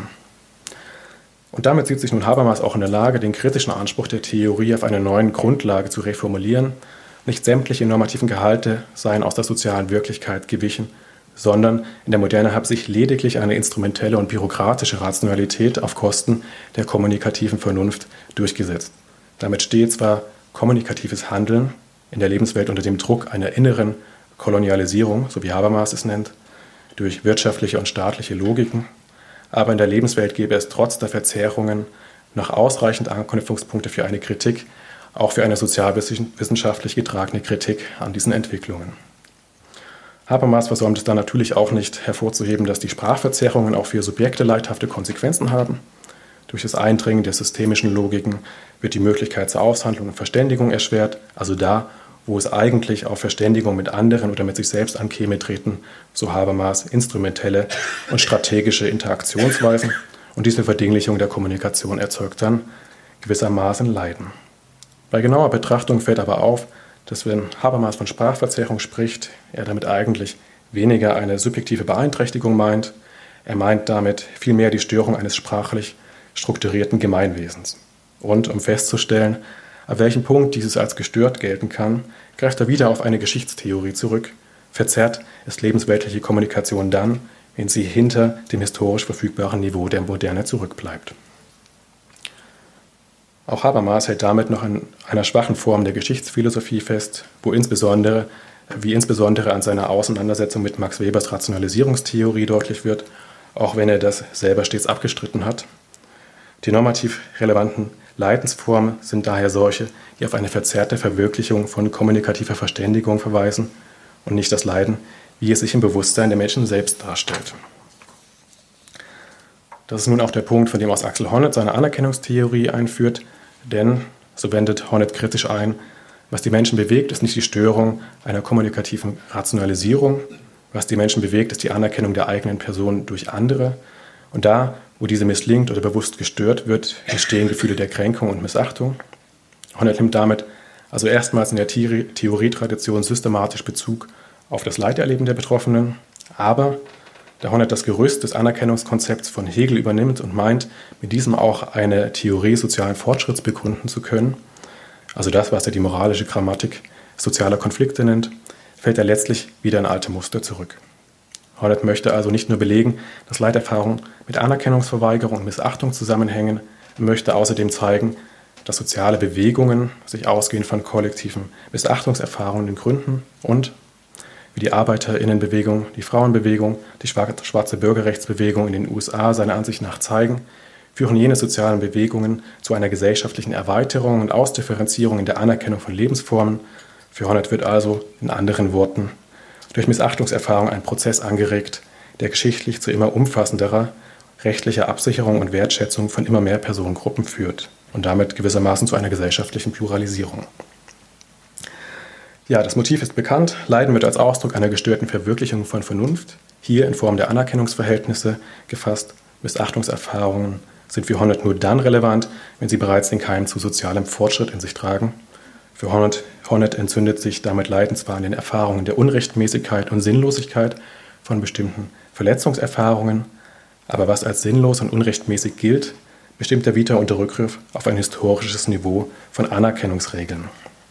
Und damit sieht sich nun Habermas auch in der Lage, den kritischen Anspruch der Theorie auf eine neue Grundlage zu reformulieren. Nicht sämtliche normativen Gehalte seien aus der sozialen Wirklichkeit gewichen, sondern in der Moderne habe sich lediglich eine instrumentelle und bürokratische Rationalität auf Kosten der kommunikativen Vernunft durchgesetzt. Damit steht zwar kommunikatives Handeln in der Lebenswelt unter dem Druck einer inneren Kolonialisierung, so wie Habermas es nennt, durch wirtschaftliche und staatliche Logiken, aber in der Lebenswelt gäbe es trotz der Verzerrungen noch ausreichend Anknüpfungspunkte für eine Kritik, auch für eine sozialwissenschaftlich getragene Kritik an diesen Entwicklungen. Habermas versäumt es dann natürlich auch nicht hervorzuheben, dass die Sprachverzerrungen auch für Subjekte leidhafte Konsequenzen haben. Durch das Eindringen der systemischen Logiken wird die Möglichkeit zur Aushandlung und Verständigung erschwert, also da, wo es eigentlich auf Verständigung mit anderen oder mit sich selbst ankäme, treten, so Habermas, instrumentelle und strategische Interaktionsweisen und diese Verdinglichung der Kommunikation erzeugt dann gewissermaßen Leiden. Bei genauer Betrachtung fällt aber auf, dass wenn Habermas von Sprachverzerrung spricht, er damit eigentlich weniger eine subjektive Beeinträchtigung meint, er meint damit vielmehr die Störung eines sprachlich strukturierten Gemeinwesens. Und um festzustellen, ab welchem Punkt dieses als gestört gelten kann, greift er wieder auf eine Geschichtstheorie zurück. Verzerrt ist lebensweltliche Kommunikation dann, wenn sie hinter dem historisch verfügbaren Niveau der Moderne zurückbleibt. Auch Habermas hält damit noch an einer schwachen Form der Geschichtsphilosophie fest, wie insbesondere an seiner Auseinandersetzung mit Max Webers Rationalisierungstheorie deutlich wird, auch wenn er das selber stets abgestritten hat. Die normativ relevanten Leidensformen sind daher solche, die auf eine verzerrte Verwirklichung von kommunikativer Verständigung verweisen und nicht das Leiden, wie es sich im Bewusstsein der Menschen selbst darstellt. Das ist nun auch der Punkt, von dem aus Axel Honneth seine Anerkennungstheorie einführt, denn, so wendet Honneth kritisch ein, was die Menschen bewegt, ist nicht die Störung einer kommunikativen Rationalisierung, was die Menschen bewegt, ist die Anerkennung der eigenen Person durch andere. Und da, wo diese misslingt oder bewusst gestört wird, entstehen Gefühle der Kränkung und Missachtung. Honneth nimmt damit also erstmals in der Theorietradition systematisch Bezug auf das Leiderleben der Betroffenen. Aber da Honneth das Gerüst des Anerkennungskonzepts von Hegel übernimmt und meint, mit diesem auch eine Theorie sozialen Fortschritts begründen zu können, also das, was er die moralische Grammatik sozialer Konflikte nennt, fällt er letztlich wieder in alte Muster zurück. Honneth möchte also nicht nur belegen, dass Leiterfahrungen mit Anerkennungsverweigerung und Missachtung zusammenhängen, er möchte außerdem zeigen, dass soziale Bewegungen sich ausgehend von kollektiven Missachtungserfahrungen gründen und, wie die Arbeiterinnenbewegung, die Frauenbewegung, die schwarze Bürgerrechtsbewegung in den USA seiner Ansicht nach zeigen, führen jene sozialen Bewegungen zu einer gesellschaftlichen Erweiterung und Ausdifferenzierung in der Anerkennung von Lebensformen. Für Honneth wird also, in anderen Worten, durch Missachtungserfahrung ein Prozess angeregt, der geschichtlich zu immer umfassenderer rechtlicher Absicherung und Wertschätzung von immer mehr Personengruppen führt und damit gewissermaßen zu einer gesellschaftlichen Pluralisierung. Ja, das Motiv ist bekannt. Leiden wird als Ausdruck einer gestörten Verwirklichung von Vernunft, hier in Form der Anerkennungsverhältnisse gefasst. Missachtungserfahrungen sind für Honneth nur dann relevant, wenn sie bereits den Keim zu sozialem Fortschritt in sich tragen. Für Honneth entzündet sich damit Leiden zwar an den Erfahrungen der Unrechtmäßigkeit und Sinnlosigkeit von bestimmten Verletzungserfahrungen, aber was als sinnlos und unrechtmäßig gilt, bestimmt er wieder unter Rückgriff auf ein historisches Niveau von Anerkennungsregeln.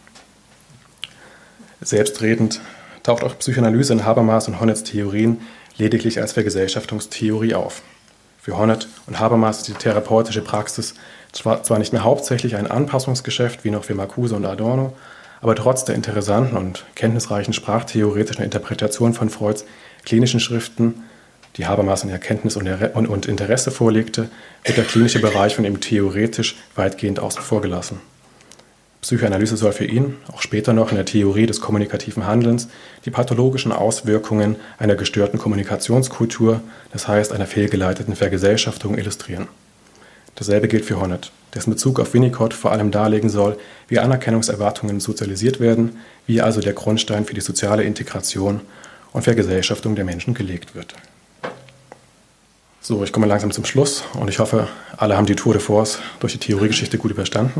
Selbstredend taucht auch Psychoanalyse in Habermas und Honneths Theorien lediglich als Vergesellschaftungstheorie auf. Für Honneth und Habermas ist die therapeutische Praxis zwar nicht mehr hauptsächlich ein Anpassungsgeschäft wie noch für Marcuse und Adorno, aber trotz der interessanten und kenntnisreichen sprachtheoretischen Interpretation von Freuds klinischen Schriften, die Habermas in Erkenntnis und Interesse vorlegte, wird der klinische Bereich von ihm theoretisch weitgehend außen vor gelassen. Psychoanalyse soll für ihn, auch später noch in der Theorie des kommunikativen Handelns, die pathologischen Auswirkungen einer gestörten Kommunikationskultur, das heißt einer fehlgeleiteten Vergesellschaftung, illustrieren. Dasselbe gilt für Honneth, dessen Bezug auf Winnicott vor allem darlegen soll, wie Anerkennungserwartungen sozialisiert werden, wie also der Grundstein für die soziale Integration und Vergesellschaftung der Menschen gelegt wird. So, ich komme langsam zum Schluss und ich hoffe, alle haben die Tour de Force durch die Theoriegeschichte gut überstanden.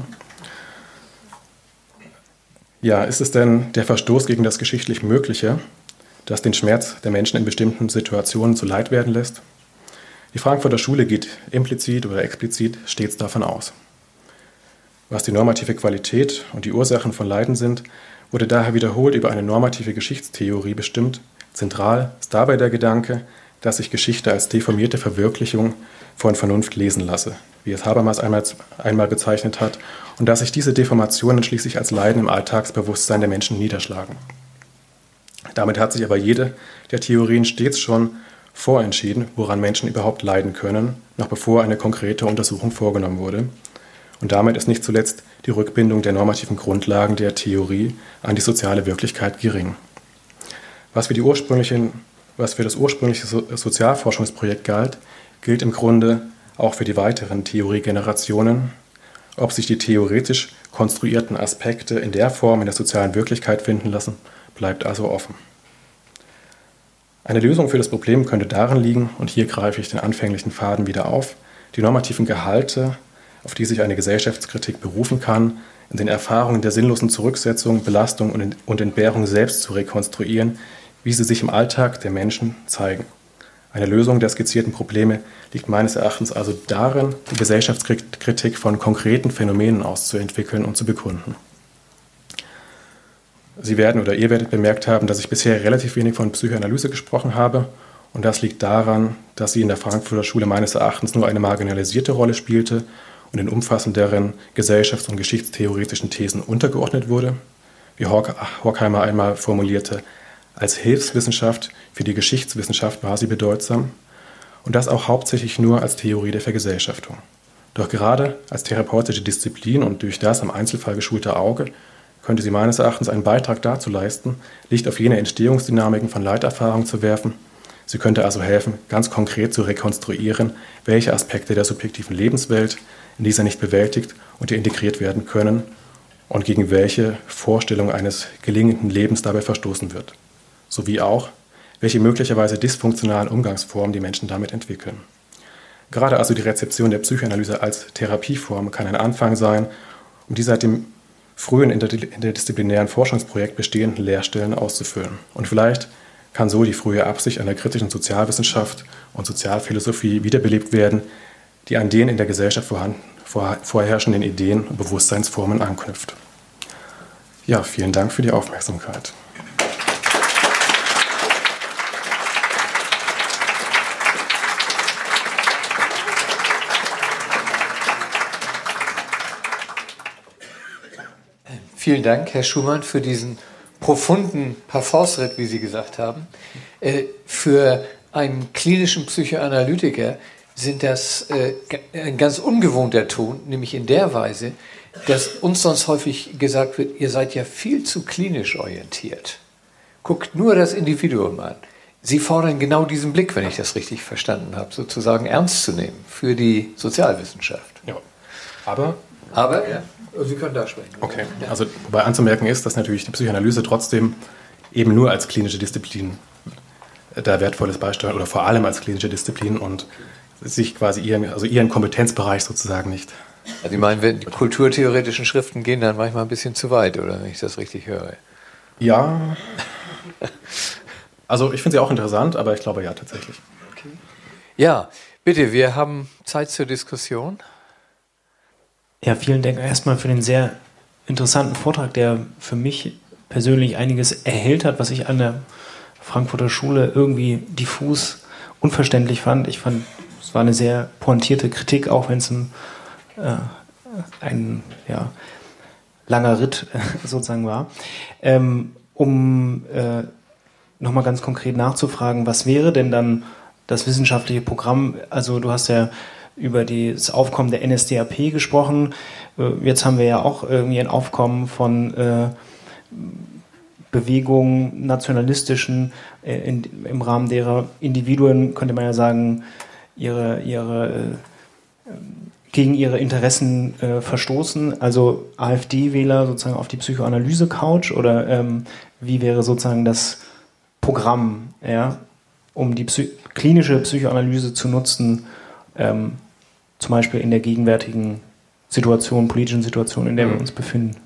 Ja, ist es denn der Verstoß gegen das geschichtlich Mögliche, das den Schmerz der Menschen in bestimmten Situationen zu Leid werden lässt? Die Frankfurter Schule geht implizit oder explizit stets davon aus. Was die normative Qualität und die Ursachen von Leiden sind, wurde daher wiederholt über eine normative Geschichtstheorie bestimmt. Zentral ist dabei der Gedanke, dass sich Geschichte als deformierte Verwirklichung von Vernunft lesen lasse, wie es Habermas einmal bezeichnet hat, und dass sich diese Deformationen schließlich als Leiden im Alltagsbewusstsein der Menschen niederschlagen. Damit hat sich aber jede der Theorien stets schon vorentschieden, woran Menschen überhaupt leiden können, noch bevor eine konkrete Untersuchung vorgenommen wurde. Und damit ist nicht zuletzt die Rückbindung der normativen Grundlagen der Theorie an die soziale Wirklichkeit gering. Was für das ursprüngliche Sozialforschungsprojekt galt, gilt im Grunde auch für die weiteren Theoriegenerationen. Ob sich die theoretisch konstruierten Aspekte in der Form in der sozialen Wirklichkeit finden lassen, bleibt also offen. Eine Lösung für das Problem könnte darin liegen, und hier greife ich den anfänglichen Faden wieder auf, die normativen Gehalte, auf die sich eine Gesellschaftskritik berufen kann, in den Erfahrungen der sinnlosen Zurücksetzung, Belastung und Entbehrung selbst zu rekonstruieren, wie sie sich im Alltag der Menschen zeigen. Eine Lösung der skizzierten Probleme liegt meines Erachtens also darin, die Gesellschaftskritik von konkreten Phänomenen auszuentwickeln und zu begründen. Sie werden oder ihr werdet bemerkt haben, dass ich bisher relativ wenig von Psychoanalyse gesprochen habe, und das liegt daran, dass sie in der Frankfurter Schule meines Erachtens nur eine marginalisierte Rolle spielte und in umfassenderen gesellschafts- und geschichtstheoretischen Thesen untergeordnet wurde, wie Horkheimer einmal formulierte: Als Hilfswissenschaft für die Geschichtswissenschaft war sie bedeutsam, und das auch hauptsächlich nur als Theorie der Vergesellschaftung. Doch gerade als therapeutische Disziplin und durch das am Einzelfall geschulte Auge könnte sie meines Erachtens einen Beitrag dazu leisten, Licht auf jene Entstehungsdynamiken von Leiterfahrung zu werfen. Sie könnte also helfen, ganz konkret zu rekonstruieren, welche Aspekte der subjektiven Lebenswelt in dieser nicht bewältigt und integriert werden können und gegen welche Vorstellung eines gelingenden Lebens dabei verstoßen wird, sowie auch, welche möglicherweise dysfunktionalen Umgangsformen die Menschen damit entwickeln. Gerade also die Rezeption der Psychoanalyse als Therapieform kann ein Anfang sein, um die seit dem frühen interdisziplinären Forschungsprojekt bestehenden Leerstellen auszufüllen. Und vielleicht kann so die frühe Absicht einer kritischen Sozialwissenschaft und Sozialphilosophie wiederbelebt werden, die an den in der Gesellschaft vorherrschenden Ideen und Bewusstseinsformen anknüpft. Ja, vielen Dank für die Aufmerksamkeit. Vielen Dank, Herr Schumann, für diesen profunden Parforce-Ritt, wie Sie gesagt haben. Für einen klinischen Psychoanalytiker sind das ein ganz ungewohnter Ton, nämlich in der Weise, dass uns sonst häufig gesagt wird, ihr seid ja viel zu klinisch orientiert. Guckt nur das Individuum an. Sie fordern genau diesen Blick, wenn ich das richtig verstanden habe, sozusagen ernst zu nehmen für die Sozialwissenschaft. Ja, aber ja. Sie können da sprechen. Okay, also wobei anzumerken ist, dass natürlich die Psychoanalyse trotzdem eben nur als klinische Disziplin da Wertvolles beisteuert oder vor allem als klinische Disziplin und sich quasi ihren Kompetenzbereich sozusagen nicht. Also ich meine, wenn die kulturtheoretischen Schriften gehen dann manchmal ein bisschen zu weit, oder wenn ich das richtig höre? Ja, also ich finde sie auch interessant, aber ich glaube ja tatsächlich. Okay. Ja, bitte, wir haben Zeit zur Diskussion. Ja, vielen Dank erstmal für den sehr interessanten Vortrag, der für mich persönlich einiges erhellt hat, was ich an der Frankfurter Schule irgendwie diffus unverständlich fand. Ich fand, es war eine sehr pointierte Kritik, auch wenn es ein langer Ritt sozusagen war. Nochmal ganz konkret nachzufragen, was wäre denn dann das wissenschaftliche Programm? Also du hast ja über das Aufkommen der NSDAP gesprochen. Jetzt haben wir ja auch irgendwie ein Aufkommen von Bewegungen, nationalistischen, im Rahmen derer Individuen, könnte man ja sagen, gegen ihre Interessen verstoßen. Also AfD-Wähler sozusagen auf die Psychoanalyse-Couch oder wie wäre sozusagen das Programm, ja, um die klinische Psychoanalyse zu nutzen, zum Beispiel in der gegenwärtigen Situation, politischen Situation, in der wir uns befinden?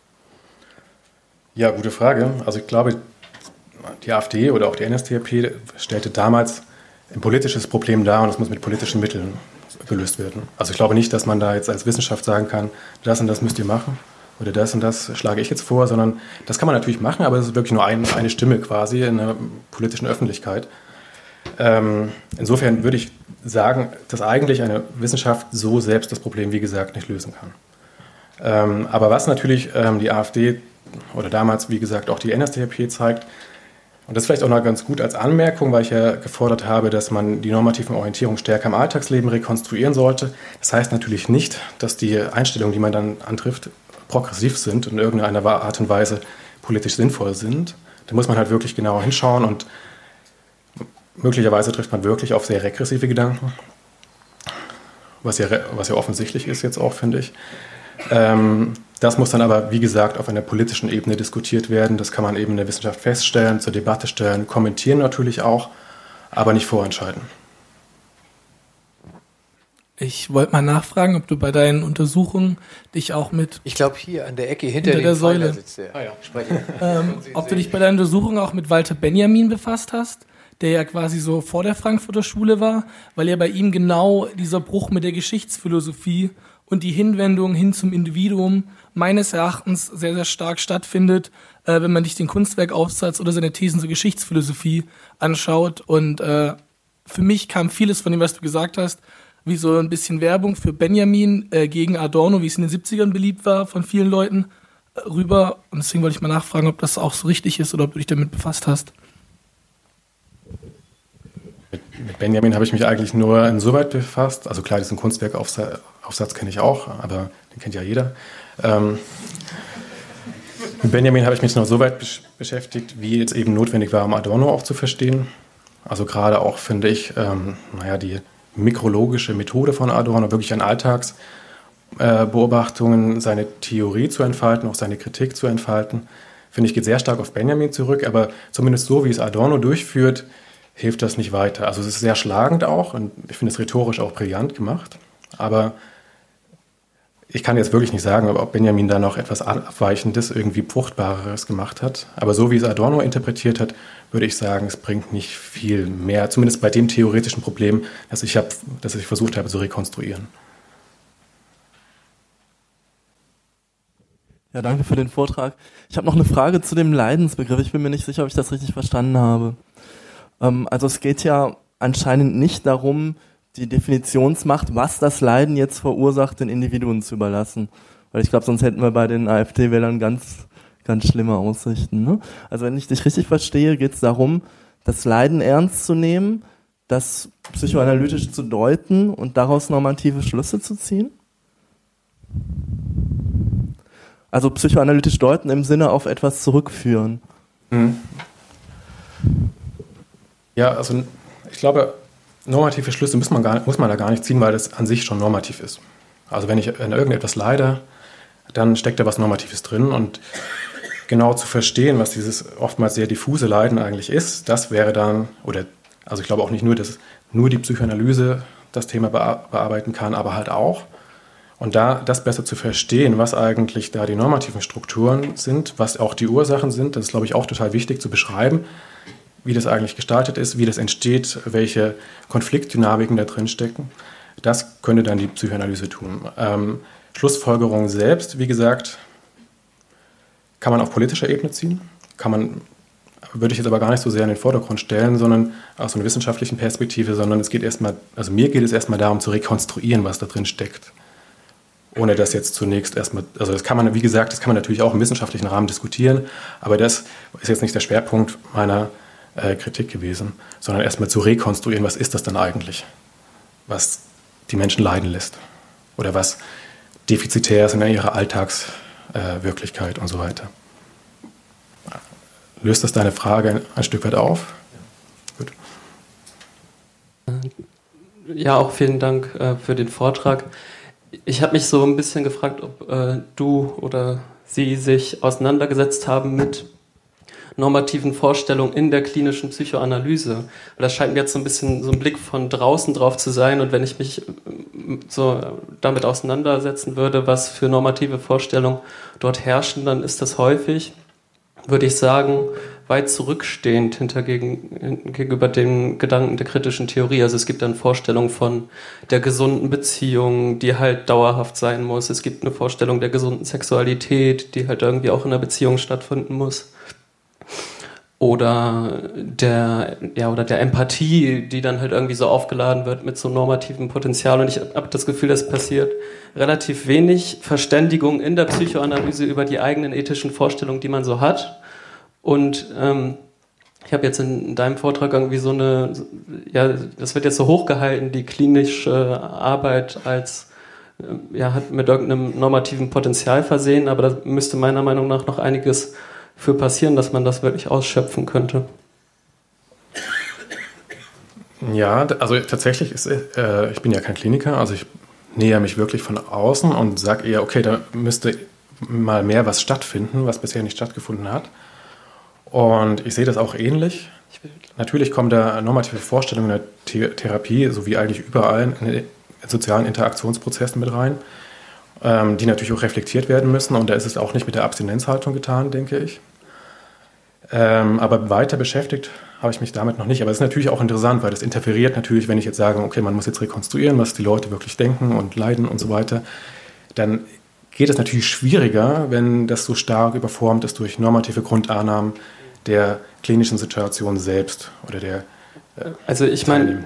Ja, gute Frage. Also ich glaube, die AfD oder auch die NSDAP stellte damals ein politisches Problem dar und es muss mit politischen Mitteln gelöst werden. Also ich glaube nicht, dass man da jetzt als Wissenschaft sagen kann, das und das müsst ihr machen oder das und das schlage ich jetzt vor, sondern das kann man natürlich machen, aber es ist wirklich nur eine Stimme quasi in der politischen Öffentlichkeit. Insofern würde ich sagen, dass eigentlich eine Wissenschaft so selbst das Problem, wie gesagt, nicht lösen kann. Aber was natürlich die AfD oder damals, wie gesagt, auch die NSDAP zeigt, und das ist vielleicht auch noch ganz gut als Anmerkung, weil ich ja gefordert habe, dass man die normativen Orientierungen stärker im Alltagsleben rekonstruieren sollte. Das heißt natürlich nicht, dass die Einstellungen, die man dann antrifft, progressiv sind und in irgendeiner Art und Weise politisch sinnvoll sind. Da muss man halt wirklich genauer hinschauen und möglicherweise trifft man wirklich auf sehr regressive Gedanken, was ja offensichtlich ist jetzt auch, finde ich. Das muss dann aber, wie gesagt, auf einer politischen Ebene diskutiert werden. Das kann man eben in der Wissenschaft feststellen, zur Debatte stellen, kommentieren natürlich auch, aber nicht vorentscheiden. Ich wollte mal nachfragen, ob du bei deinen Untersuchungen dich auch mit... Ich glaube, hier an der Ecke hinter der Säule sitzt der. ob du dich bei deinen Untersuchungen auch mit Walter Benjamin befasst hast, der ja quasi so vor der Frankfurter Schule war, weil ja bei ihm genau dieser Bruch mit der Geschichtsphilosophie und die Hinwendung hin zum Individuum meines Erachtens sehr, sehr stark stattfindet, wenn man sich den Kunstwerkaufsatz oder seine Thesen zur Geschichtsphilosophie anschaut. Und für mich kam vieles von dem, was du gesagt hast, wie so ein bisschen Werbung für Benjamin gegen Adorno, wie es in den 70ern beliebt war von vielen Leuten, rüber. Und deswegen wollte ich mal nachfragen, ob das auch so richtig ist oder ob du dich damit befasst hast. Mit Benjamin habe ich mich eigentlich nur insoweit befasst. Also klar, diesen Kunstwerkaufsatz Aufsatz kenne ich auch, aber den kennt ja jeder. Mit Benjamin habe ich mich noch so weit beschäftigt, wie es eben notwendig war, um Adorno auch zu verstehen. Also gerade auch, finde ich, die mikrologische Methode von Adorno, wirklich an Alltagsbeobachtungen seine Theorie zu entfalten, auch seine Kritik zu entfalten, finde ich, geht sehr stark auf Benjamin zurück, aber zumindest so, wie es Adorno durchführt, hilft das nicht weiter. Also es ist sehr schlagend auch und ich finde es rhetorisch auch brillant gemacht, aber ich kann jetzt wirklich nicht sagen, ob Benjamin da noch etwas Abweichendes, irgendwie Fruchtbareres gemacht hat. Aber so wie es Adorno interpretiert hat, würde ich sagen, es bringt nicht viel mehr. Zumindest bei dem theoretischen Problem, das ich versucht habe zu rekonstruieren. Ja, danke für den Vortrag. Ich habe noch eine Frage zu dem Leidensbegriff. Ich bin mir nicht sicher, ob ich das richtig verstanden habe. Also es geht ja anscheinend nicht darum, die Definitionsmacht, was das Leiden jetzt verursacht, den Individuen zu überlassen. Weil ich glaube, sonst hätten wir bei den AfD-Wählern ganz, ganz schlimme Aussichten. Ne? Also wenn ich dich richtig verstehe, geht es darum, das Leiden ernst zu nehmen, das psychoanalytisch zu deuten und daraus normative Schlüsse zu ziehen? Also psychoanalytisch deuten im Sinne auf etwas zurückführen. Ja, also ich glaube, normative Schlüsse muss man da gar nicht ziehen, weil das an sich schon normativ ist. Also wenn ich an irgendetwas leide, dann steckt da was Normatives drin und genau zu verstehen, was dieses oftmals sehr diffuse Leiden eigentlich ist, das wäre dann, also ich glaube auch nicht nur, dass nur die Psychoanalyse das Thema bearbeiten kann, aber halt auch. Und da das besser zu verstehen, was eigentlich da die normativen Strukturen sind, was auch die Ursachen sind, das ist, glaube ich, auch total wichtig zu beschreiben, wie das eigentlich gestaltet ist, wie das entsteht, welche Konfliktdynamiken da drin stecken. Das könnte dann die Psychoanalyse tun. Schlussfolgerungen selbst, wie gesagt, kann man auf politischer Ebene ziehen, würde ich jetzt aber gar nicht so sehr in den Vordergrund stellen, sondern aus so einer wissenschaftlichen Perspektive, sondern mir geht es erstmal darum zu rekonstruieren, was da drin steckt. Ohne das jetzt zunächst erstmal, also das kann man natürlich auch im wissenschaftlichen Rahmen diskutieren, aber das ist jetzt nicht der Schwerpunkt meiner Kritik gewesen, sondern erstmal zu rekonstruieren, was ist das dann eigentlich, was die Menschen leiden lässt oder was defizitär ist in ihrer Alltagswirklichkeit und so weiter. Löst das deine Frage ein Stück weit auf? Gut. Ja, auch vielen Dank für den Vortrag. Ich habe mich so ein bisschen gefragt, ob du oder Sie sich auseinandergesetzt haben mit normativen Vorstellungen in der klinischen Psychoanalyse. Weil das scheint mir jetzt so ein bisschen so ein Blick von draußen drauf zu sein. Und wenn ich mich so damit auseinandersetzen würde, was für normative Vorstellungen dort herrschen, dann ist das häufig, würde ich sagen, weit zurückstehend gegenüber dem Gedanken der kritischen Theorie. Also es gibt dann Vorstellungen von der gesunden Beziehung, die halt dauerhaft sein muss. Es gibt eine Vorstellung der gesunden Sexualität, die halt irgendwie auch in einer Beziehung stattfinden muss. Oder der Empathie, die dann halt irgendwie so aufgeladen wird mit so normativem Potenzial. Und ich habe das Gefühl, es passiert relativ wenig Verständigung in der Psychoanalyse über die eigenen ethischen Vorstellungen, die man so hat. Und ich habe jetzt in deinem Vortrag irgendwie das wird jetzt so hochgehalten, die klinische Arbeit als hat mit irgendeinem normativen Potenzial versehen, aber da müsste meiner Meinung nach noch einiges für passieren, dass man das wirklich ausschöpfen könnte. Ja, also tatsächlich ich bin ja kein Kliniker, also ich näher mich wirklich von außen und sage eher, okay, da müsste mal mehr was stattfinden, was bisher nicht stattgefunden hat. Und ich sehe das auch ähnlich. Natürlich kommen da normative Vorstellungen in der Therapie, so wie eigentlich überall in den sozialen Interaktionsprozessen mit rein, die natürlich auch reflektiert werden müssen. Und da ist es auch nicht mit der Abstinenzhaltung getan, denke ich. Aber weiter beschäftigt habe ich mich damit noch nicht. Aber es ist natürlich auch interessant, weil das interferiert natürlich, wenn ich jetzt sage, okay, man muss jetzt rekonstruieren, was die Leute wirklich denken und leiden und so weiter. Dann geht es natürlich schwieriger, wenn das so stark überformt ist durch normative Grundannahmen der klinischen Situation selbst oder der Also ich meine,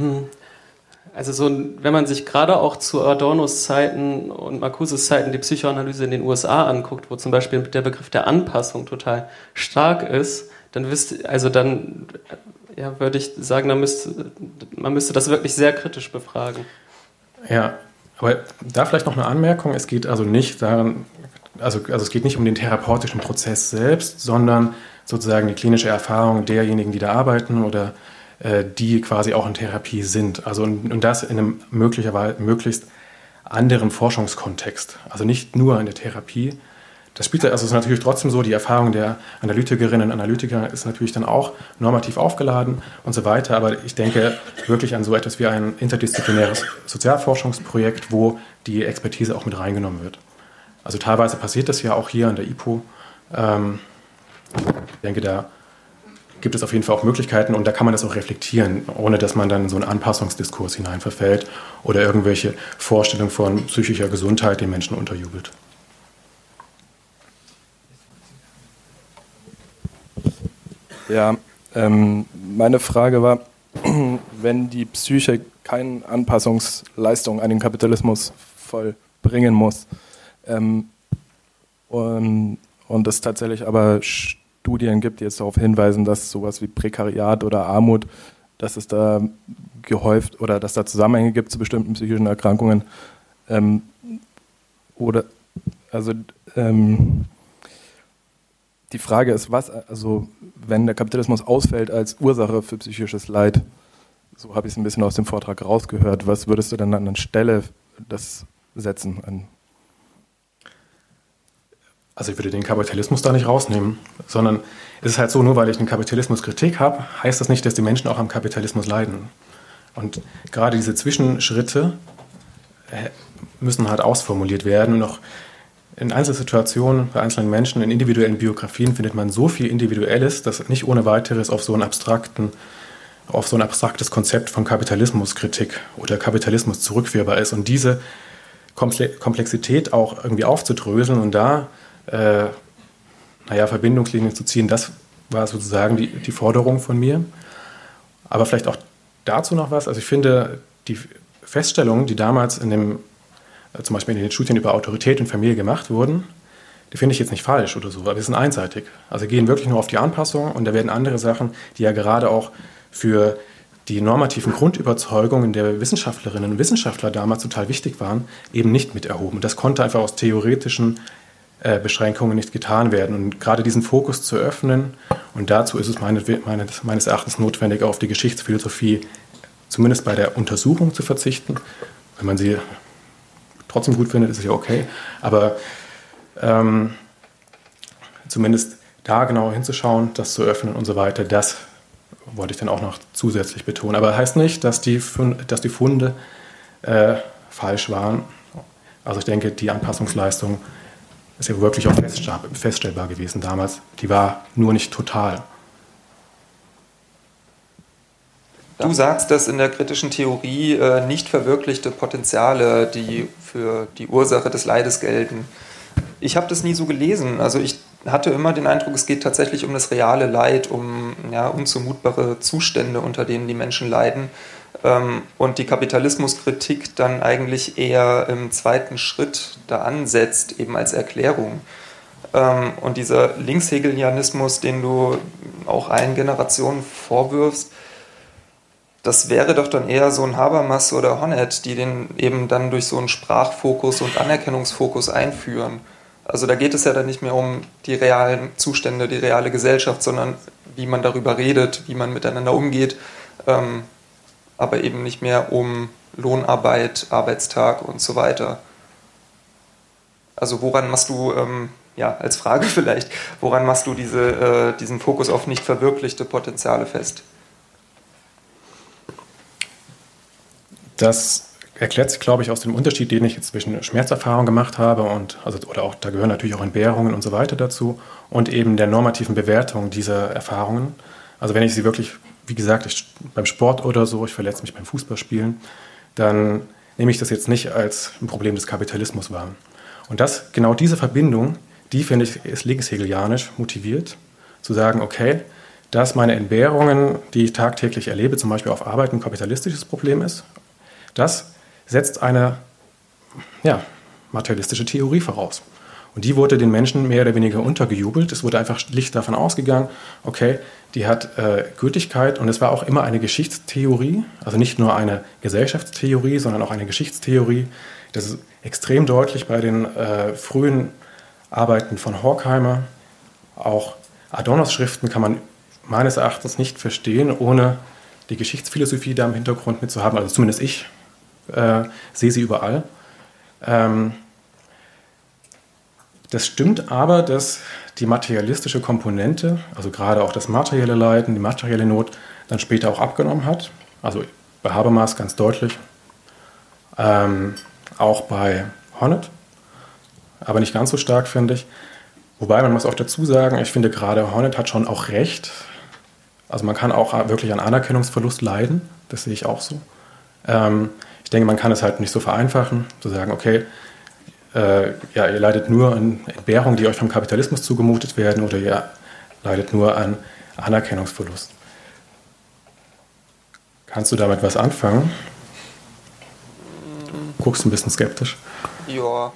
wenn man sich gerade auch zu Adornos Zeiten und Marcuses Zeiten die Psychoanalyse in den USA anguckt, wo zum Beispiel der Begriff der Anpassung total stark ist, dann würde ich sagen, man müsste das wirklich sehr kritisch befragen. Ja, Aber da vielleicht noch eine Anmerkung, es geht also nicht daran, also es geht nicht um den therapeutischen Prozess selbst, sondern sozusagen die klinische Erfahrung derjenigen, die da arbeiten oder die quasi auch in Therapie sind. Also und das in einem möglichst anderen Forschungskontext. Also nicht nur in der Therapie. Das spielt also ist natürlich trotzdem so, die Erfahrung der Analytikerinnen und Analytiker ist natürlich dann auch normativ aufgeladen und so weiter. Aber ich denke wirklich an so etwas wie ein interdisziplinäres Sozialforschungsprojekt, wo die Expertise auch mit reingenommen wird. Also teilweise passiert das ja auch hier an der IPO. Ich denke, da gibt es auf jeden Fall auch Möglichkeiten und da kann man das auch reflektieren, ohne dass man dann in so einen Anpassungsdiskurs hineinverfällt oder irgendwelche Vorstellungen von psychischer Gesundheit den Menschen unterjubelt. Ja, meine Frage war, wenn die Psyche keine Anpassungsleistung an den Kapitalismus vollbringen muss und es tatsächlich aber Studien gibt, die jetzt darauf hinweisen, dass sowas wie Prekariat oder Armut, dass es da gehäuft oder dass da Zusammenhänge gibt zu bestimmten psychischen Erkrankungen die Frage ist, wenn der Kapitalismus ausfällt als Ursache für psychisches Leid, so habe ich es ein bisschen aus dem Vortrag rausgehört, was würdest du denn an Stelle das setzen? Also ich würde den Kapitalismus da nicht rausnehmen, sondern es ist halt so, nur weil ich eine Kapitalismuskritik habe, heißt das nicht, dass die Menschen auch am Kapitalismus leiden. Und gerade diese Zwischenschritte müssen halt ausformuliert werden und auch in Einzelsituationen bei einzelnen Menschen, in individuellen Biografien findet man so viel Individuelles, dass nicht ohne weiteres auf so ein abstraktes Konzept von Kapitalismuskritik oder Kapitalismus zurückführbar ist. Und diese Komplexität auch irgendwie aufzudröseln und da Verbindungslinien zu ziehen, das war sozusagen die Forderung von mir. Aber vielleicht auch dazu noch was. Also ich finde, die Feststellungen, die damals zum Beispiel in den Studien über Autorität und Familie gemacht wurden, die finde ich jetzt nicht falsch oder so, aber die sind einseitig. Also gehen wirklich nur auf die Anpassung und da werden andere Sachen, die ja gerade auch für die normativen Grundüberzeugungen der Wissenschaftlerinnen und Wissenschaftler damals total wichtig waren, eben nicht mit erhoben. Und das konnte einfach aus theoretischen Beschränkungen nicht getan werden. Und gerade diesen Fokus zu öffnen, und dazu ist es meines Erachtens notwendig, auf die Geschichtsphilosophie zumindest bei der Untersuchung zu verzichten. Wenn man sie trotzdem gut findet, ist es ja okay. Aber zumindest da genau hinzuschauen, das zu öffnen und so weiter, das wollte ich dann auch noch zusätzlich betonen. Aber das heißt nicht, dass die Funde falsch waren. Also ich denke, die Anpassungsleistung ist ja wirklich auch feststellbar gewesen damals. Die war nur nicht total. Du sagst, dass in der kritischen Theorie nicht verwirklichte Potenziale, die für die Ursache des Leides gelten. Ich habe das nie so gelesen. Also ich hatte immer den Eindruck, es geht tatsächlich um das reale Leid, um unzumutbare Zustände, unter denen die Menschen leiden. Und die Kapitalismuskritik dann eigentlich eher im zweiten Schritt da ansetzt, eben als Erklärung. Und dieser Linkshegelianismus, den du auch allen Generationen vorwirfst, das wäre doch dann eher so ein Habermas oder Honneth, die den eben dann durch so einen Sprachfokus und Anerkennungsfokus einführen. Also da geht es ja dann nicht mehr um die realen Zustände, die reale Gesellschaft, sondern wie man darüber redet, wie man miteinander umgeht, aber eben nicht mehr um Lohnarbeit, Arbeitstag und so weiter. Also woran machst du, als Frage vielleicht, woran machst du diesen Fokus auf nicht verwirklichte Potenziale fest? Das erklärt sich, glaube ich, aus dem Unterschied, den ich jetzt zwischen Schmerzerfahrung gemacht habe oder auch, da gehören natürlich auch Entbehrungen und so weiter dazu und eben der normativen Bewertung dieser Erfahrungen. Also wenn ich sie wirklich, wie gesagt, beim Sport oder so, ich verletze mich beim Fußballspielen, dann nehme ich das jetzt nicht als ein Problem des Kapitalismus wahr. Und genau diese Verbindung, die finde ich, ist linkshegelianisch motiviert, zu sagen, okay, dass meine Entbehrungen, die ich tagtäglich erlebe, zum Beispiel auf Arbeit ein kapitalistisches Problem ist, das setzt eine materialistische Theorie voraus. Und die wurde den Menschen mehr oder weniger untergejubelt. Es wurde einfach schlicht davon ausgegangen, okay, die hat Gültigkeit und es war auch immer eine Geschichtstheorie, also nicht nur eine Gesellschaftstheorie, sondern auch eine Geschichtstheorie, Das ist extrem deutlich bei den frühen Arbeiten von Horkheimer. Auch Adornos-Schriften kann man meines Erachtens nicht verstehen, ohne die Geschichtsphilosophie da im Hintergrund mitzuhaben. Also zumindest ich sehe sie überall. Das stimmt aber, dass die materialistische Komponente, also gerade auch das materielle Leiden, die materielle Not, dann später auch abgenommen hat. Also bei Habermas ganz deutlich. Auch bei Honneth, aber nicht ganz so stark, finde ich. Wobei, man muss auch dazu sagen, ich finde gerade Honneth hat schon auch recht. Also man kann auch wirklich an Anerkennungsverlust leiden, das sehe ich auch so. Ich denke, man kann es halt nicht so vereinfachen, zu sagen, okay, ihr leidet nur an Entbehrungen, die euch vom Kapitalismus zugemutet werden, oder ihr leidet nur an Anerkennungsverlust. Kannst du damit was anfangen? Guckst ein bisschen skeptisch. Ja.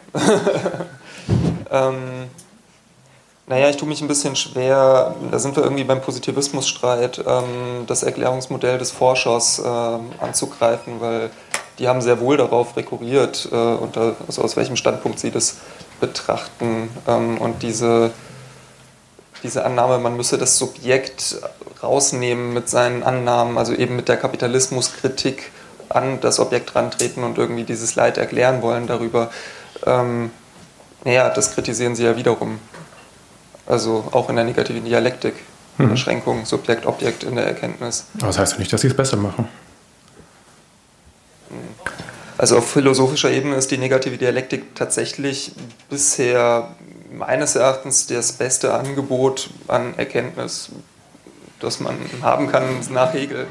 Naja, ich tue mich ein bisschen schwer, da sind wir irgendwie beim Positivismusstreit, das Erklärungsmodell des Forschers anzugreifen, weil die haben sehr wohl darauf rekurriert, also aus welchem Standpunkt sie das betrachten. Und diese Annahme, man müsse das Subjekt rausnehmen mit seinen Annahmen, also eben mit der Kapitalismuskritik an das Objekt rantreten und irgendwie dieses Leid erklären wollen darüber, das kritisieren sie ja wiederum. Also auch in der negativen Dialektik, Beschränkung, Subjekt, Objekt in der Erkenntnis. Aber das heißt ja nicht, dass sie es besser machen. Also auf philosophischer Ebene ist die negative Dialektik tatsächlich bisher meines Erachtens das beste Angebot an Erkenntnis, das man haben kann nach Hegel.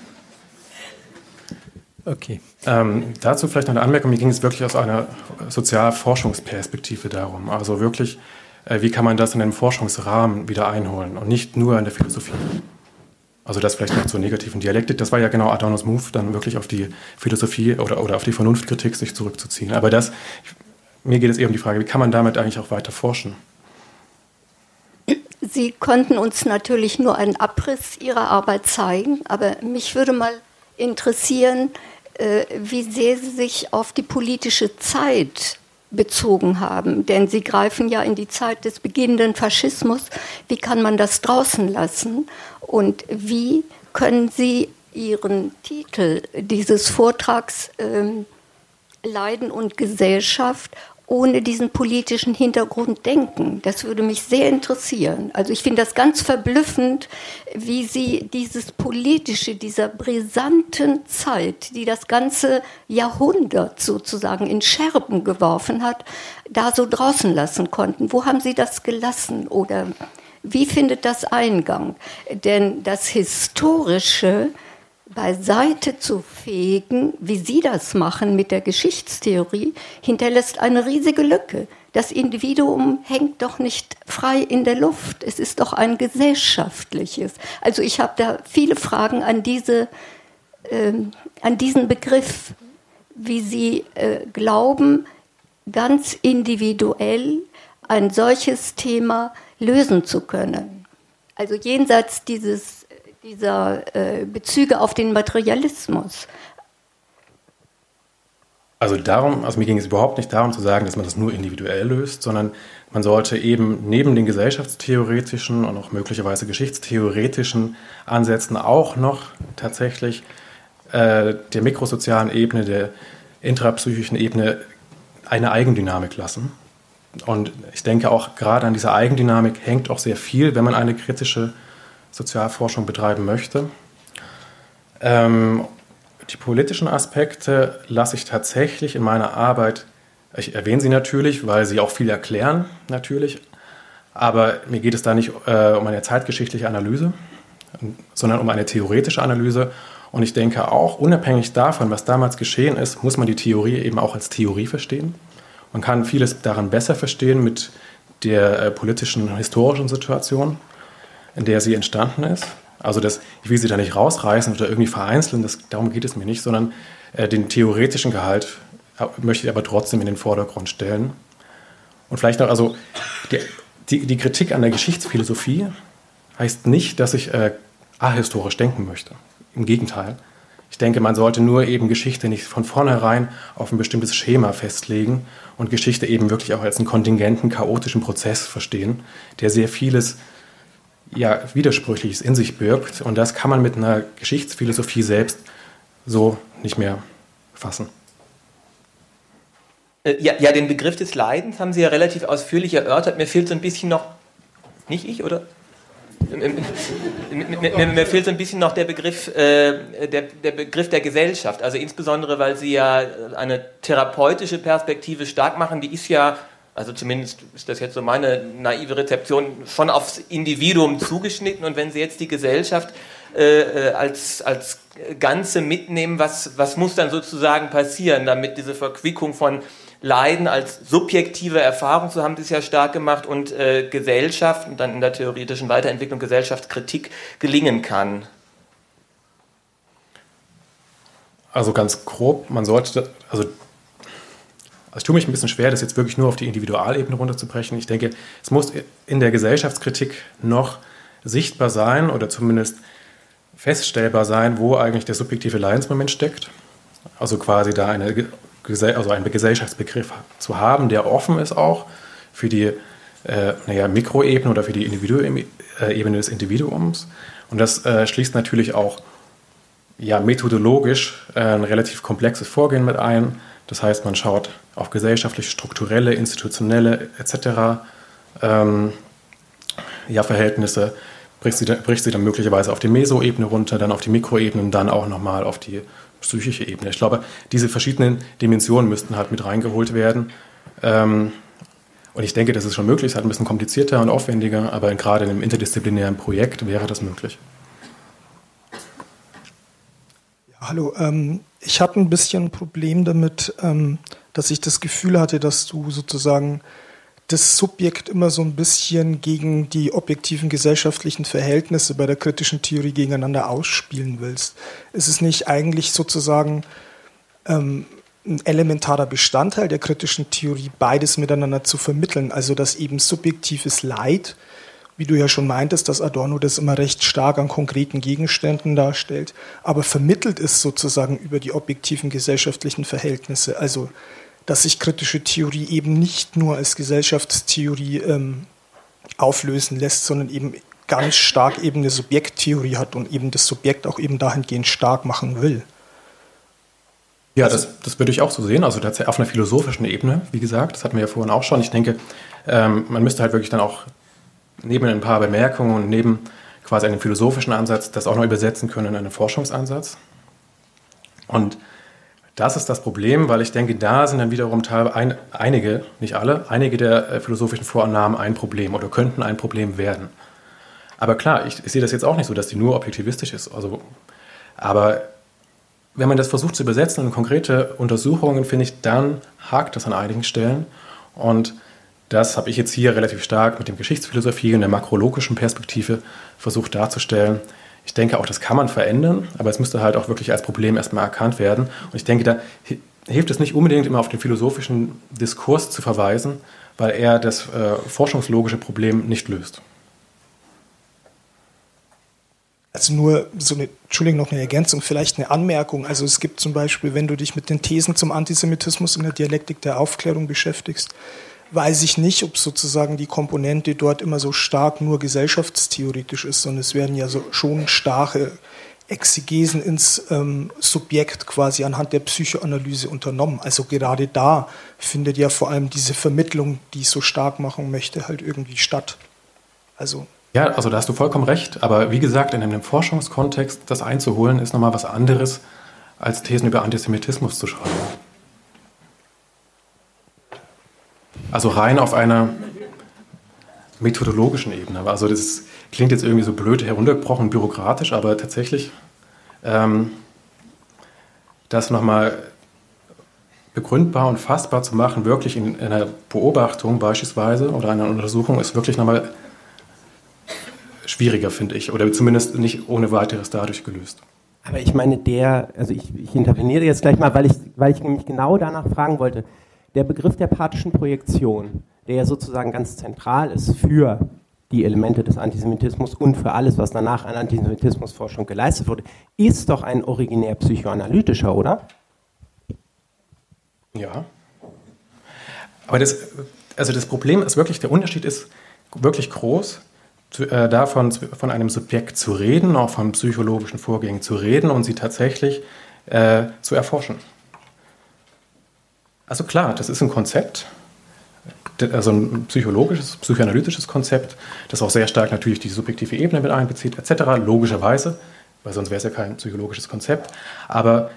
Okay. Dazu vielleicht noch eine Anmerkung, mir ging es wirklich aus einer Sozialforschungsperspektive darum. Also wirklich, wie kann man das in einem Forschungsrahmen wieder einholen und nicht nur in der Philosophie. Also das vielleicht noch zur negativen Dialektik. Das war ja genau Adornos Move, dann wirklich auf die Philosophie oder auf die Vernunftkritik sich zurückzuziehen. Aber mir geht es eher um die Frage, wie kann man damit eigentlich auch weiter forschen? Sie konnten uns natürlich nur einen Abriss Ihrer Arbeit zeigen, aber mich würde mal interessieren, wie sehr Sie sich auf die politische Zeit bezogen haben. Denn Sie greifen ja in die Zeit des beginnenden Faschismus. Wie kann man das draußen lassen? Und wie können Sie Ihren Titel dieses Vortrags Leiden und Gesellschaft ohne diesen politischen Hintergrund denken? Das würde mich sehr interessieren. Also ich finde das ganz verblüffend, wie Sie dieses Politische, dieser brisanten Zeit, die das ganze Jahrhundert sozusagen in Scherben geworfen hat, da so draußen lassen konnten. Wo haben Sie das gelassen? Oder wie findet das Eingang? Denn das Historische beiseite zu fegen, wie Sie das machen mit der Geschichtstheorie, hinterlässt eine riesige Lücke. Das Individuum hängt doch nicht frei in der Luft. Es ist doch ein gesellschaftliches. Also ich habe da viele Fragen an diesen Begriff, wie Sie glauben, ganz individuell ein solches Thema lösen zu können. Also jenseits dieser Bezüge auf den Materialismus. Also mir ging es überhaupt nicht darum zu sagen, dass man das nur individuell löst, sondern man sollte eben neben den gesellschaftstheoretischen und auch möglicherweise geschichtstheoretischen Ansätzen auch noch tatsächlich der mikrosozialen Ebene, der intrapsychischen Ebene eine Eigendynamik lassen. Und ich denke auch gerade an dieser Eigendynamik hängt auch sehr viel, wenn man eine kritische Sozialforschung betreiben möchte. Die politischen Aspekte lasse ich tatsächlich in meiner Arbeit, ich erwähne sie natürlich, weil sie auch viel erklären, natürlich, aber mir geht es da nicht um eine zeitgeschichtliche Analyse, sondern um eine theoretische Analyse. Und ich denke auch, unabhängig davon, was damals geschehen ist, muss man die Theorie eben auch als Theorie verstehen. Man kann vieles daran besser verstehen mit der politischen, historischen Situation, in der sie entstanden ist. Also ich will sie da nicht rausreißen oder irgendwie vereinzeln, darum geht es mir nicht, sondern den theoretischen Gehalt möchte ich aber trotzdem in den Vordergrund stellen. Und vielleicht noch, also die Kritik an der Geschichtsphilosophie heißt nicht, dass ich ahistorisch denken möchte. Im Gegenteil. Ich denke, man sollte nur eben Geschichte nicht von vornherein auf ein bestimmtes Schema festlegen und Geschichte eben wirklich auch als einen kontingenten, chaotischen Prozess verstehen, der sehr vieles Widersprüchliches in sich birgt. Und das kann man mit einer Geschichtsphilosophie selbst so nicht mehr fassen. Ja, den Begriff des Leidens haben Sie ja relativ ausführlich erörtert. Mir fehlt so ein bisschen noch, nicht ich, oder? Mir fehlt so ein bisschen noch der Begriff der Gesellschaft. Also insbesondere, weil Sie ja eine therapeutische Perspektive stark machen, die ist ja, also zumindest ist das jetzt so meine naive Rezeption, schon aufs Individuum zugeschnitten. Und wenn Sie jetzt die Gesellschaft als Ganze mitnehmen, was muss dann sozusagen passieren, damit diese Verquickung von Leiden als subjektive Erfahrung, so haben Sie es ja stark gemacht, und Gesellschaft und dann in der theoretischen Weiterentwicklung Gesellschaftskritik gelingen kann? Also ganz grob, man sollte, also ich tue mich ein bisschen schwer, das jetzt wirklich nur auf die Individualebene runterzubrechen. Ich denke, es muss in der Gesellschaftskritik noch sichtbar sein oder zumindest feststellbar sein, wo eigentlich der subjektive Leidensmoment steckt. Also quasi da einen Gesellschaftsbegriff zu haben, der offen ist auch für die Mikroebene oder für die Ebene des Individuums. Und das schließt natürlich auch methodologisch ein relativ komplexes Vorgehen mit ein. Das heißt, man schaut auf gesellschaftliche, strukturelle, institutionelle etc. Verhältnisse, bricht sie dann möglicherweise auf die Mesoebene runter, dann auf die Mikroebene und dann auch nochmal auf die psychische Ebene. Ich glaube, diese verschiedenen Dimensionen müssten halt mit reingeholt werden. Und ich denke, das ist schon möglich. Es ist halt ein bisschen komplizierter und aufwendiger, aber gerade in einem interdisziplinären Projekt wäre das möglich. Ja, hallo. Ich hatte ein bisschen ein Problem damit, dass ich das Gefühl hatte, dass du sozusagen das Subjekt immer so ein bisschen gegen die objektiven gesellschaftlichen Verhältnisse bei der kritischen Theorie gegeneinander ausspielen willst. Ist es nicht eigentlich sozusagen ein elementarer Bestandteil der kritischen Theorie, beides miteinander zu vermitteln? Also dass eben subjektives Leid, wie du ja schon meintest, dass Adorno das immer recht stark an konkreten Gegenständen darstellt, aber vermittelt ist sozusagen über die objektiven gesellschaftlichen Verhältnisse. Also dass sich kritische Theorie eben nicht nur als Gesellschaftstheorie auflösen lässt, sondern eben ganz stark eben eine Subjekttheorie hat und eben das Subjekt auch eben dahingehend stark machen will. Ja, das würde ich auch so sehen, also auf einer philosophischen Ebene, wie gesagt, das hatten wir ja vorhin auch schon. Ich denke, man müsste halt wirklich dann auch neben ein paar Bemerkungen und neben quasi einem philosophischen Ansatz das auch noch übersetzen können in einen Forschungsansatz. Und das ist das Problem, weil ich denke, da sind dann wiederum einige, nicht alle, einige der philosophischen Vorannahmen ein Problem oder könnten ein Problem werden. Aber klar, ich sehe das jetzt auch nicht so, dass die nur objektivistisch ist. Also, aber wenn man das versucht zu übersetzen in konkrete Untersuchungen, finde ich, dann hakt das an einigen Stellen. Und das habe ich jetzt hier relativ stark mit dem Geschichtsphilosophie und der makrologischen Perspektive versucht darzustellen. Ich denke auch, das kann man verändern, aber es müsste halt auch wirklich als Problem erstmal erkannt werden. Und ich denke, da hilft es nicht unbedingt immer auf den philosophischen Diskurs zu verweisen, weil er das forschungslogische Problem nicht löst. Also nur so noch eine Ergänzung, vielleicht eine Anmerkung. Also es gibt zum Beispiel, wenn du dich mit den Thesen zum Antisemitismus in der Dialektik der Aufklärung beschäftigst, weiß ich nicht, ob sozusagen die Komponente dort immer so stark nur gesellschaftstheoretisch ist, sondern es werden ja so schon starke Exegesen ins Subjekt quasi anhand der Psychoanalyse unternommen. Also gerade da findet ja vor allem diese Vermittlung, die ich so stark machen möchte, halt irgendwie statt. Ja, also da hast du vollkommen recht, aber wie gesagt, in einem Forschungskontext das einzuholen, ist nochmal was anderes, als Thesen über Antisemitismus zu schreiben. Also rein auf einer methodologischen Ebene. Also das klingt jetzt irgendwie so blöd heruntergebrochen, bürokratisch, aber tatsächlich das nochmal begründbar und fassbar zu machen, wirklich in einer Beobachtung beispielsweise oder einer Untersuchung, ist wirklich nochmal schwieriger, finde ich, oder zumindest nicht ohne weiteres dadurch gelöst. Aber ich meine, ich interveniere jetzt gleich mal, weil ich nämlich genau danach fragen wollte. Der Begriff der pathischen Projektion, der ja sozusagen ganz zentral ist für die Elemente des Antisemitismus und für alles, was danach an Antisemitismusforschung geleistet wurde, ist doch ein originär psychoanalytischer, oder? Ja. Aber das Problem ist wirklich, der Unterschied ist wirklich groß, davon von einem Subjekt zu reden, auch von psychologischen Vorgängen zu reden und sie tatsächlich zu erforschen. Also klar, das ist ein Konzept, also ein psychologisches, psychoanalytisches Konzept, das auch sehr stark natürlich die subjektive Ebene mit einbezieht, etc., logischerweise, weil sonst wäre es ja kein psychologisches Konzept. Aber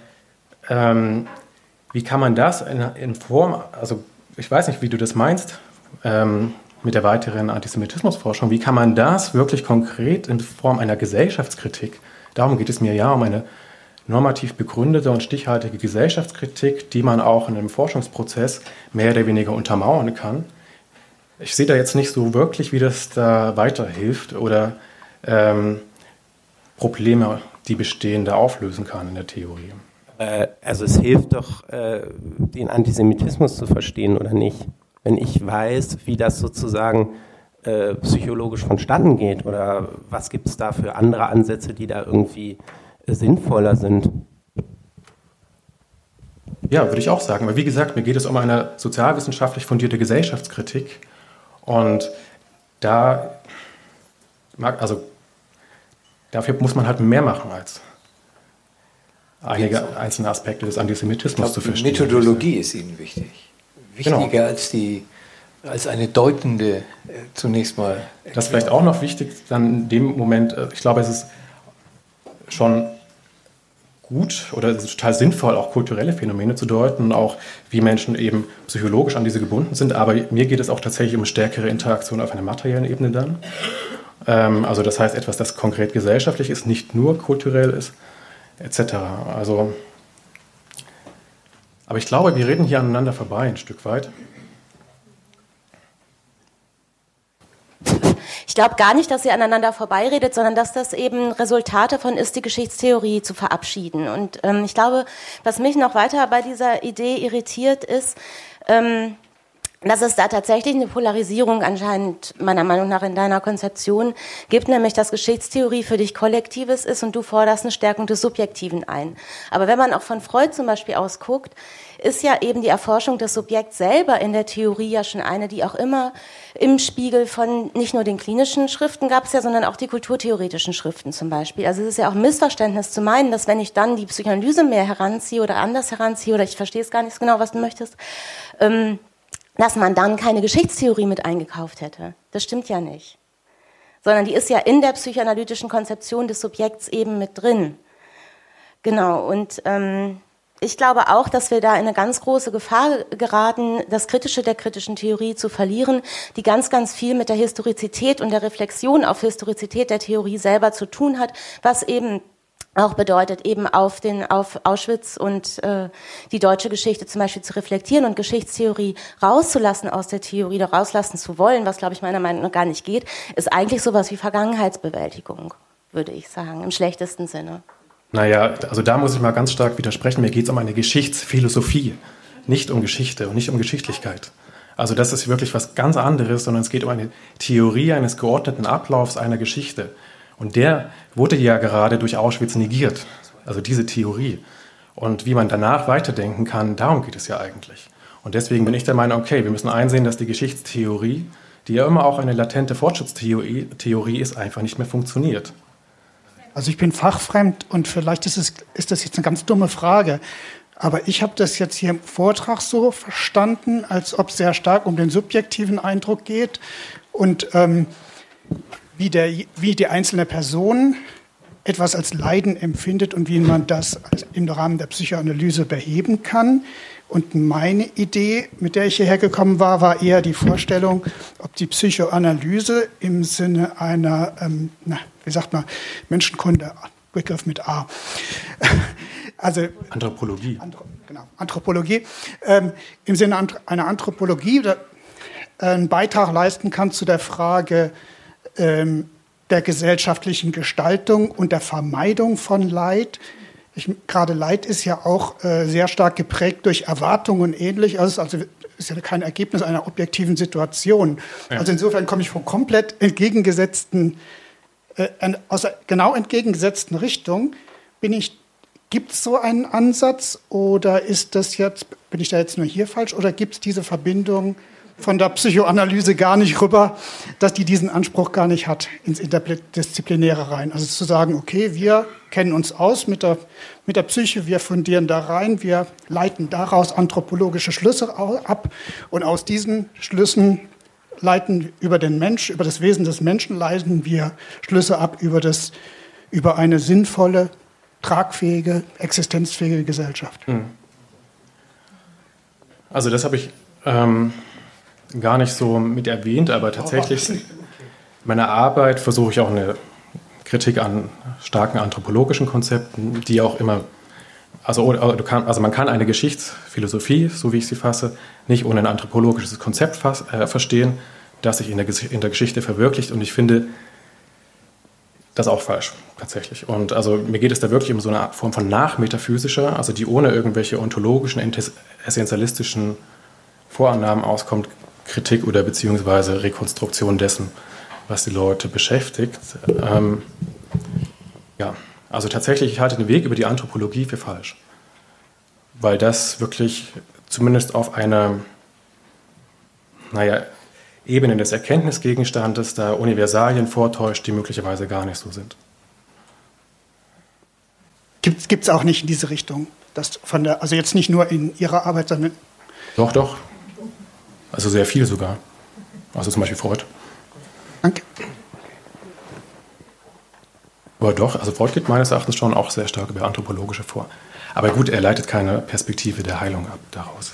wie kann man das in Form, also ich weiß nicht, wie du das meinst, mit der weiteren Antisemitismusforschung, wie kann man das wirklich konkret in Form einer Gesellschaftskritik, darum geht es mir ja, um eine normativ begründete und stichhaltige Gesellschaftskritik, die man auch in einem Forschungsprozess mehr oder weniger untermauern kann. Ich sehe da jetzt nicht so wirklich, wie das da weiterhilft oder Probleme, die bestehen, da auflösen kann in der Theorie. Also es hilft doch, den Antisemitismus zu verstehen, oder nicht? Wenn ich weiß, wie das sozusagen psychologisch vonstatten geht, oder was gibt es da für andere Ansätze, die da irgendwie sinnvoller sind? Ja, würde ich auch sagen. Aber wie gesagt, mir geht es um eine sozialwissenschaftlich fundierte Gesellschaftskritik. Und dafür muss man halt mehr machen, als einige einzelne Aspekte des Antisemitismus zu verstehen. Die Methodologie ist Ihnen wichtig. Wichtiger genau. als eine deutende zunächst mal. Das ist vielleicht auch noch wichtig, dann in dem Moment, ich glaube, es ist schon gut oder es ist total sinnvoll, auch kulturelle Phänomene zu deuten und auch, wie Menschen eben psychologisch an diese gebunden sind. Aber mir geht es auch tatsächlich um stärkere Interaktion auf einer materiellen Ebene dann. Also das heißt, etwas, das konkret gesellschaftlich ist, nicht nur kulturell ist, etc. Also, aber ich glaube, wir reden hier aneinander vorbei ein Stück weit. Ich glaube gar nicht, dass ihr aneinander vorbeiredet, sondern dass das eben Resultate von ist, die Geschichtstheorie zu verabschieden. Und ich glaube, was mich noch weiter bei dieser Idee irritiert, ist, dass es da tatsächlich eine Polarisierung anscheinend meiner Meinung nach in deiner Konzeption gibt, nämlich dass Geschichtstheorie für dich Kollektives ist und du forderst eine Stärkung des Subjektiven ein. Aber wenn man auch von Freud zum Beispiel ausguckt, ist ja eben die Erforschung des Subjekts selber in der Theorie ja schon eine, die auch immer im Spiegel von nicht nur den klinischen Schriften gab es ja, sondern auch die kulturtheoretischen Schriften zum Beispiel. Also es ist ja auch ein Missverständnis zu meinen, dass wenn ich dann die Psychoanalyse mehr heranziehe oder anders heranziehe, oder ich verstehe es gar nicht so genau, was du möchtest, dass man dann keine Geschichtstheorie mit eingekauft hätte. Das stimmt ja nicht. Sondern die ist ja in der psychoanalytischen Konzeption des Subjekts eben mit drin. Genau, und ich glaube auch, dass wir da in eine ganz große Gefahr geraten, das Kritische der kritischen Theorie zu verlieren, die ganz, ganz viel mit der Historizität und der Reflexion auf Historizität der Theorie selber zu tun hat, was eben auch bedeutet, eben auf Auschwitz und die deutsche Geschichte zum Beispiel zu reflektieren und Geschichtstheorie rauszulassen aus der Theorie oder rauslassen zu wollen, was, glaube ich, meiner Meinung nach gar nicht geht, ist eigentlich sowas wie Vergangenheitsbewältigung, würde ich sagen, im schlechtesten Sinne. Naja, also da muss ich mal ganz stark widersprechen. Mir geht es um eine Geschichtsphilosophie, nicht um Geschichte und nicht um Geschichtlichkeit. Also das ist wirklich was ganz anderes, sondern es geht um eine Theorie eines geordneten Ablaufs einer Geschichte. Und der wurde ja gerade durch Auschwitz negiert, also diese Theorie. Und wie man danach weiterdenken kann, darum geht es ja eigentlich. Und deswegen bin ich der Meinung, okay, wir müssen einsehen, dass die Geschichtstheorie, die ja immer auch eine latente Fortschrittstheorie ist, einfach nicht mehr funktioniert. Also ich bin fachfremd und vielleicht ist das jetzt eine ganz dumme Frage, aber ich habe das jetzt hier im Vortrag so verstanden, als ob es sehr stark um den subjektiven Eindruck geht und wie die einzelne Person etwas als Leiden empfindet und wie man das im Rahmen der Psychoanalyse beheben kann. Und meine Idee, mit der ich hierher gekommen war, war eher die Vorstellung, ob die Psychoanalyse im Sinne einer, wie sagt man, Menschenkunde, Begriff mit A. Also Anthropologie. Genau, Anthropologie. Im Sinne einer Anthropologie einen Beitrag leisten kann zu der Frage der gesellschaftlichen Gestaltung und der Vermeidung von Leid. Gerade Leid ist ja auch sehr stark geprägt durch Erwartungen und Ähnliches. Also ist ja kein Ergebnis einer objektiven Situation. Ja. Also insofern komme ich von komplett entgegengesetzten, aus einer genau entgegengesetzten Richtung. Gibt es so einen Ansatz oder ist das jetzt, bin ich da jetzt nur hier falsch, oder gibt es diese Verbindung von der Psychoanalyse gar nicht rüber, dass die diesen Anspruch gar nicht hat, ins Interdisziplinäre rein? Also zu sagen, okay, wir kennen uns aus mit der Psyche, wir fundieren da rein, wir leiten daraus anthropologische Schlüsse ab und aus diesen Schlüssen leiten über den Mensch, über das Wesen des Menschen leiten wir Schlüsse ab über eine sinnvolle, tragfähige, existenzfähige Gesellschaft. Also das habe ich gar nicht so mit erwähnt, aber tatsächlich in meiner Arbeit versuche ich auch eine Kritik an starken anthropologischen Konzepten, die auch immer, also man kann eine Geschichtsphilosophie, so wie ich sie fasse, nicht ohne ein anthropologisches Konzept verstehen, das sich in der Geschichte verwirklicht, und ich finde das auch falsch, tatsächlich. Und also mir geht es da wirklich um so eine Form von nachmetaphysischer, also die ohne irgendwelche ontologischen, essentialistischen Vorannahmen auskommt, Kritik oder beziehungsweise Rekonstruktion dessen, was die Leute beschäftigt. Ja, also tatsächlich, ich halte den Weg über die Anthropologie für falsch, weil das wirklich zumindest auf einer, Ebene des Erkenntnisgegenstandes da Universalien vortäuscht, die möglicherweise gar nicht so sind. Gibt es auch nicht in diese Richtung? Also jetzt nicht nur in Ihrer Arbeit, sondern... Doch. Also sehr viel sogar. Also zum Beispiel Freud. Danke. Aber doch, also Freud geht meines Erachtens schon auch sehr stark über anthropologische vor. Aber gut, er leitet keine Perspektive der Heilung ab daraus.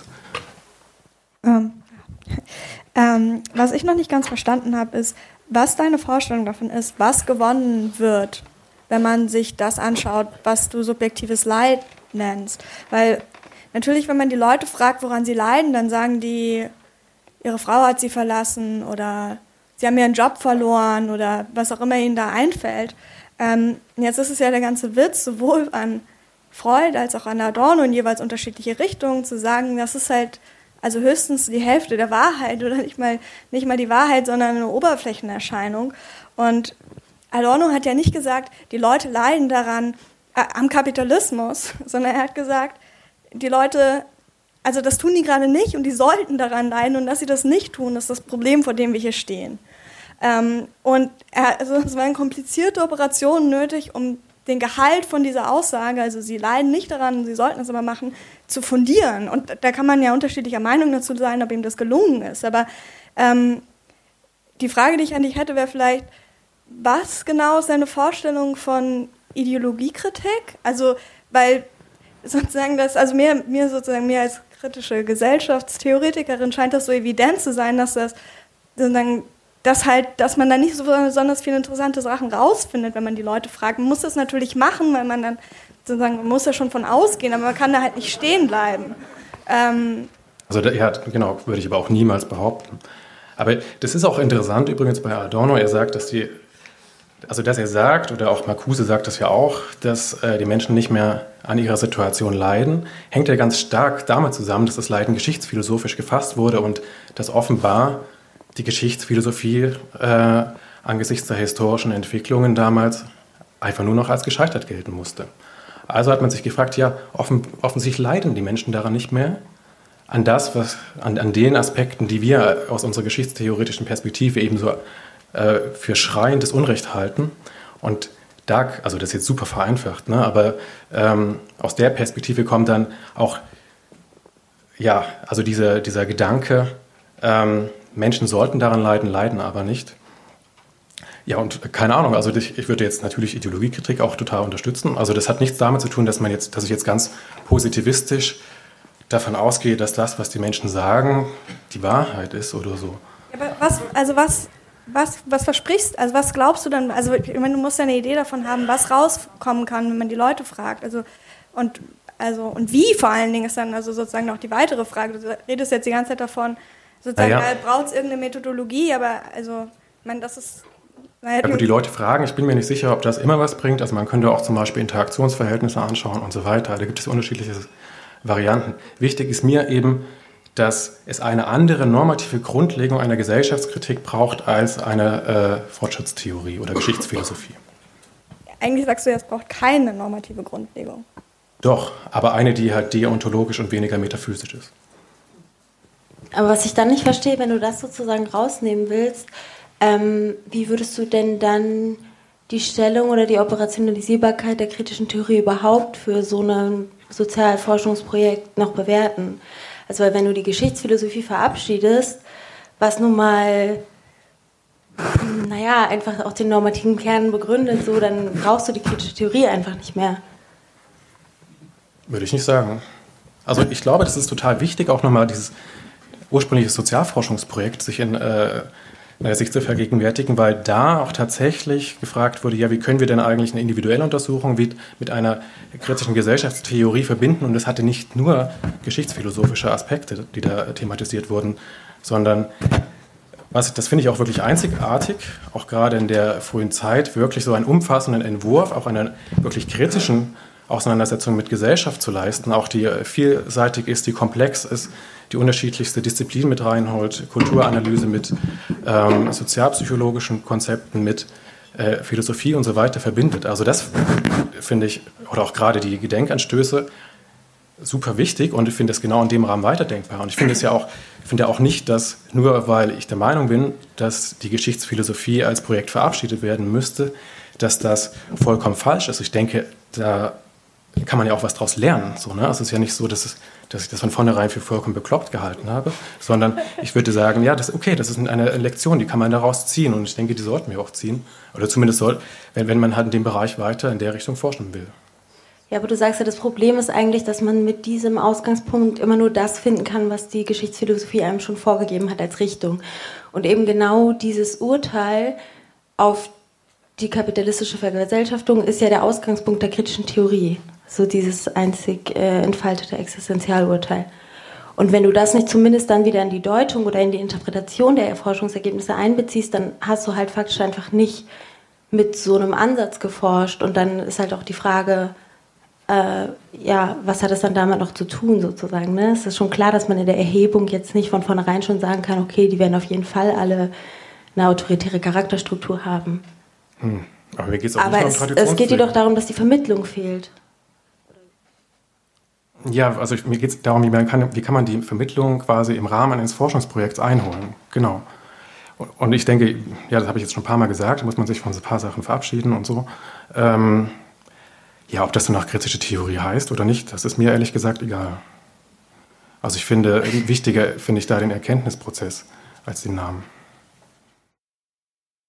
Was ich noch nicht ganz verstanden habe, ist, was deine Vorstellung davon ist, was gewonnen wird, wenn man sich das anschaut, was du subjektives Leid nennst. Weil natürlich, wenn man die Leute fragt, woran sie leiden, dann sagen die, ihre Frau hat sie verlassen oder sie haben ihren Job verloren oder was auch immer ihnen da einfällt. Jetzt ist es ja der ganze Witz, sowohl an Freud als auch an Adorno in jeweils unterschiedliche Richtungen, zu sagen, das ist halt also höchstens die Hälfte der Wahrheit oder nicht mal die Wahrheit, sondern eine Oberflächenerscheinung. Und Adorno hat ja nicht gesagt, die Leute leiden daran am Kapitalismus, sondern er hat gesagt, die Leute, also das tun die gerade nicht und die sollten daran leiden, und dass sie das nicht tun, ist das Problem, vor dem wir hier stehen. Also es war eine komplizierte Operation nötig, um den Gehalt von dieser Aussage, also sie leiden nicht daran, sie sollten es aber machen, zu fundieren. Und da kann man ja unterschiedlicher Meinung dazu sein, ob ihm das gelungen ist. Aber die Frage, die ich an dich hätte, wäre vielleicht, was genau ist deine Vorstellung von Ideologiekritik? Also, weil sozusagen das, also mir als kritische Gesellschaftstheoretikerin scheint das so evident zu sein, dass das sozusagen dass man da nicht so besonders viele interessante Sachen rausfindet, wenn man die Leute fragt. Man muss das natürlich machen, weil man dann sozusagen, man muss ja schon von ausgehen, aber man kann da halt nicht stehen bleiben. Genau, würde ich aber auch niemals behaupten. Aber das ist auch interessant übrigens bei Adorno. Er sagt, dass er sagt, oder auch Marcuse sagt das ja auch, dass die Menschen nicht mehr an ihrer Situation leiden, hängt ja ganz stark damit zusammen, dass das Leiden geschichtsphilosophisch gefasst wurde und dass offenbar die Geschichtsphilosophie angesichts der historischen Entwicklungen damals einfach nur noch als gescheitert gelten musste. Also hat man sich gefragt, ja, offensichtlich leiden die Menschen daran nicht mehr, an den Aspekten, die wir aus unserer geschichtstheoretischen Perspektive ebenso für schreiendes Unrecht halten. Und da, also das ist jetzt super vereinfacht, ne, aber aus der Perspektive kommt dann auch, ja, also dieser Gedanke, Menschen sollten daran leiden, leiden aber nicht. Ja, und keine Ahnung, also ich würde jetzt natürlich Ideologiekritik auch total unterstützen. Also das hat nichts damit zu tun, dass ich jetzt ganz positivistisch davon ausgehe, dass das, was die Menschen sagen, die Wahrheit ist oder so. Aber was versprichst, also was glaubst du dann, also ich meine, du musst ja eine Idee davon haben, was rauskommen kann, wenn man die Leute fragt. Und wie vor allen Dingen ist dann also sozusagen noch die weitere Frage. Du redest jetzt die ganze Zeit davon, sozusagen, braucht es irgendeine Methodologie, aber also, ich meine, das ist... Ja gut, die Leute fragen, ich bin mir nicht sicher, ob das immer was bringt. Also man könnte auch zum Beispiel Interaktionsverhältnisse anschauen und so weiter. Da gibt es unterschiedliche Varianten. Wichtig ist mir eben, dass es eine andere normative Grundlegung einer Gesellschaftskritik braucht als eine Fortschrittstheorie oder Geschichtsphilosophie. Eigentlich sagst du ja, es braucht keine normative Grundlegung. Doch, aber eine, die halt deontologisch und weniger metaphysisch ist. Aber was ich dann nicht verstehe, wenn du das sozusagen rausnehmen willst, wie würdest du denn dann die Stellung oder die Operationalisierbarkeit der kritischen Theorie überhaupt für so ein Sozialforschungsprojekt noch bewerten? Also weil wenn du die Geschichtsphilosophie verabschiedest, was nun mal, naja, einfach auch den normativen Kern begründet, so, dann brauchst du die kritische Theorie einfach nicht mehr. Würde ich nicht sagen. Also ich glaube, das ist total wichtig, auch nochmal dieses ursprüngliche Sozialforschungsprojekt sich sich zu vergegenwärtigen, weil da auch tatsächlich gefragt wurde, ja, wie können wir denn eigentlich eine individuelle Untersuchung mit einer kritischen Gesellschaftstheorie verbinden? Und es hatte nicht nur geschichtsphilosophische Aspekte, die da thematisiert wurden, sondern das finde ich auch wirklich einzigartig, auch gerade in der frühen Zeit, wirklich so einen umfassenden Entwurf, auch einer wirklich kritischen Auseinandersetzung mit Gesellschaft zu leisten, auch die vielseitig ist, die komplex ist, die unterschiedlichste Disziplin mit reinholt, Kulturanalyse mit sozialpsychologischen Konzepten, mit Philosophie und so weiter verbindet. Also das finde ich, oder auch gerade die Gedenkanstöße, super wichtig und ich finde es genau in dem Rahmen weiterdenkbar. Und ich finde auch nicht, dass nur weil ich der Meinung bin, dass die Geschichtsphilosophie als Projekt verabschiedet werden müsste, dass das vollkommen falsch ist. Ich denke, da kann man ja auch was draus lernen. So, ne? Also es ist ja nicht so, dass ich das von vornherein für vollkommen bekloppt gehalten habe, sondern ich würde sagen, ja, das ist eine Lektion, die kann man daraus ziehen und ich denke, die sollten wir auch ziehen. Oder zumindest wenn man halt in dem Bereich weiter in der Richtung forschen will. Ja, aber du sagst ja, das Problem ist eigentlich, dass man mit diesem Ausgangspunkt immer nur das finden kann, was die Geschichtsphilosophie einem schon vorgegeben hat als Richtung. Und eben genau dieses Urteil auf die kapitalistische Vergesellschaftung ist ja der Ausgangspunkt der kritischen Theorie. So dieses einzig entfaltete Existenzialurteil. Und wenn du das nicht zumindest dann wieder in die Deutung oder in die Interpretation der Forschungsergebnisse einbeziehst, dann hast du halt faktisch einfach nicht mit so einem Ansatz geforscht. Und dann ist halt auch die Frage, was hat es dann damit noch zu tun sozusagen? Ne? Es ist schon klar, dass man in der Erhebung jetzt nicht von vornherein schon sagen kann, okay, die werden auf jeden Fall alle eine autoritäre Charakterstruktur haben. Aber mir geht's auch nicht um Traditionspflege. Es geht dir doch darum, dass die Vermittlung fehlt. Ja, also mir geht es darum, wie kann man die Vermittlung quasi im Rahmen eines Forschungsprojekts einholen. Genau. Und ich denke, ja, das habe ich jetzt schon ein paar Mal gesagt, da muss man sich von so ein paar Sachen verabschieden und so. Ob das danach kritische Theorie heißt oder nicht, das ist mir ehrlich gesagt egal. Also ich finde, wichtiger finde ich da den Erkenntnisprozess als den Namen.